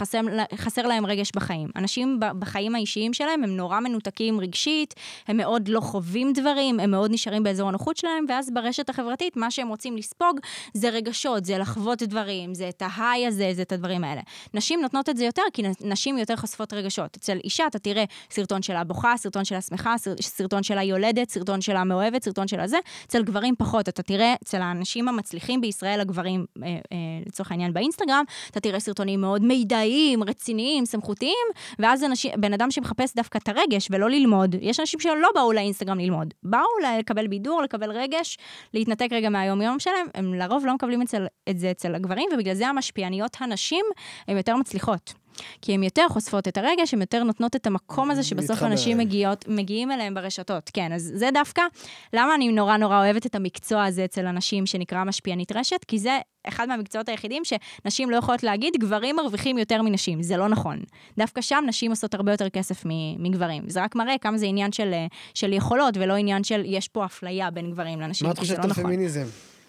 B: כשחסר להם רגש בחיים. אנשים בחיים האישיים שלהם הם נורא מנותקים רגשית, הם מאוד לא חווים דברים, הם מאוד נשארים באזור הנוחות שלהם, ואז ברשת החברתית, מה שהם רוצים לספוג זה רגשות, זה לחוות דברים, זה את ההיי הזה, זה את הדברים האלה. נשים נותנות את זה יותר, כי נשים יותר חושפות רגשות. אצל אישה אתה תראה סרטון שלה בוכה, סרטון שלה שמחה, סרטון שלה יולדת, סרטון שלה מאוהבת, סרטון שלה זה. אצל גברים פחות, אתה תראה, אצל האנשים המצליחים בישראל, הגברים, אה, אה, לצורך העניין באינסטגרם, אתה תראה סרטונים מאוד מידעיים, רציניים, סמכותיים, ואז אנשים, בן אדם שמחפש דווקא את הרגש ולא ללמוד, יש אנשים שלא באו לאינסטגרם ללמוד, באו לקבל בידור, לקבל רגש, להתנתק רגע מהיום יום שלהם, הם לרוב לא מקבלים אצל, את זה אצל הגברים, ובגלל זה המשפיעניות הנשים הן יותר מצליחות. כי הן יותר חושפות את הרגש, הן יותר נותנות את המקום הזה שבסוף אנשים מגיעות, מגיעים אליהם ברשתות. כן, אז זה דווקא, למה אני נורא נורא אוהבת את המקצוע הזה אצל אנשים שנקרא משפיענית רשת? כי זה אחד מהמקצועות היחידים שנשים לא יכולות להגיד, גברים מרוויחים יותר מנשים. זה לא נכון. דווקא שם נשים עושות הרבה יותר כסף מגברים. זה רק מראה כמה זה עניין של, של יכולות, ולא עניין של יש פה אפליה בין גברים לנשים.
A: מה את חושבת על פמיניזם?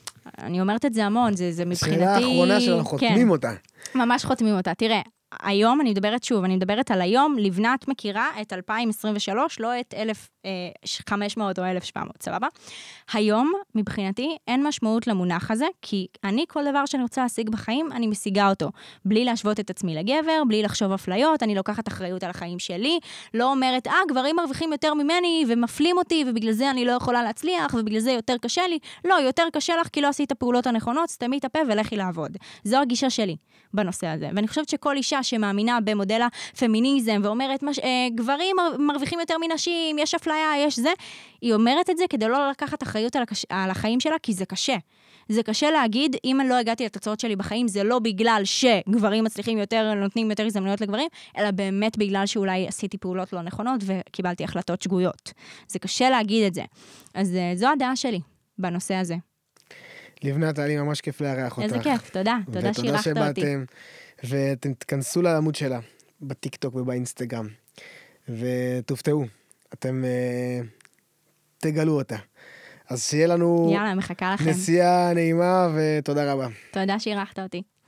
B: אני אומרת את זה המון, זה, זה מבחינתי...
A: שאלה האחרונה שלנו, חותמים אותה.
B: ממש חותמים אותה. תראה, היום, אני מדברת שוב, אני מדברת על היום, לבנת מכירה את אלפיים עשרים ושלוש, לא את אלף וחמש מאות או אלף ושבע מאות, סבבה? היום, מבחינתי, אין משמעות למונח הזה, כי אני, כל דבר שאני רוצה להשיג בחיים, אני משיגה אותו. בלי להשוות את עצמי לגבר, בלי לחשוב אפליות, אני לוקחת אחריות על החיים שלי, לא אומרת, אה, גברים מרוויחים יותר ממני, ומפלים אותי, ובגלל זה אני לא יכולה להצליח, ובגלל זה יותר קשה לי. לא, יותר קשה לך, כי לא עשית הפעולות הנכונות, סתמי את הפה ולכי לעבוד. זו הגישה שלי בנושא הזה. ואני חושבת שכל אישה אישה שמאמינה במודל הפמיניזם, ואומרת, מש, אה, גברים מרוויחים יותר מנשים, יש אפליה, יש זה, היא אומרת את זה כדי לא לקחת אחריות על, הקש... על החיים שלה, כי זה קשה. זה קשה להגיד, אם אני לא הגעתי לתוצאות שלי בחיים, זה לא בגלל שגברים מצליחים יותר, נותנים יותר הזדמנויות לגברים, אלא באמת בגלל שאולי עשיתי פעולות לא נכונות, וקיבלתי החלטות שגויות. זה קשה להגיד את זה. אז זו הדעה שלי בנושא הזה.
A: לבנת, היה לי ממש כיף לארח אותך.
B: איזה כיף, תודה. תודה שאירחת אותי.
A: ותודה שבאתם, ואתם תכנסו לעמוד שלה, בטיקטוק ובאינסטגרם, ותופתעו. אתם uh, תגלו אותה. אז שיהיה לנו
B: יאללה, מחכה לכם.
A: נסיעה נעימה, ותודה רבה.
B: תודה שאירחת אותי.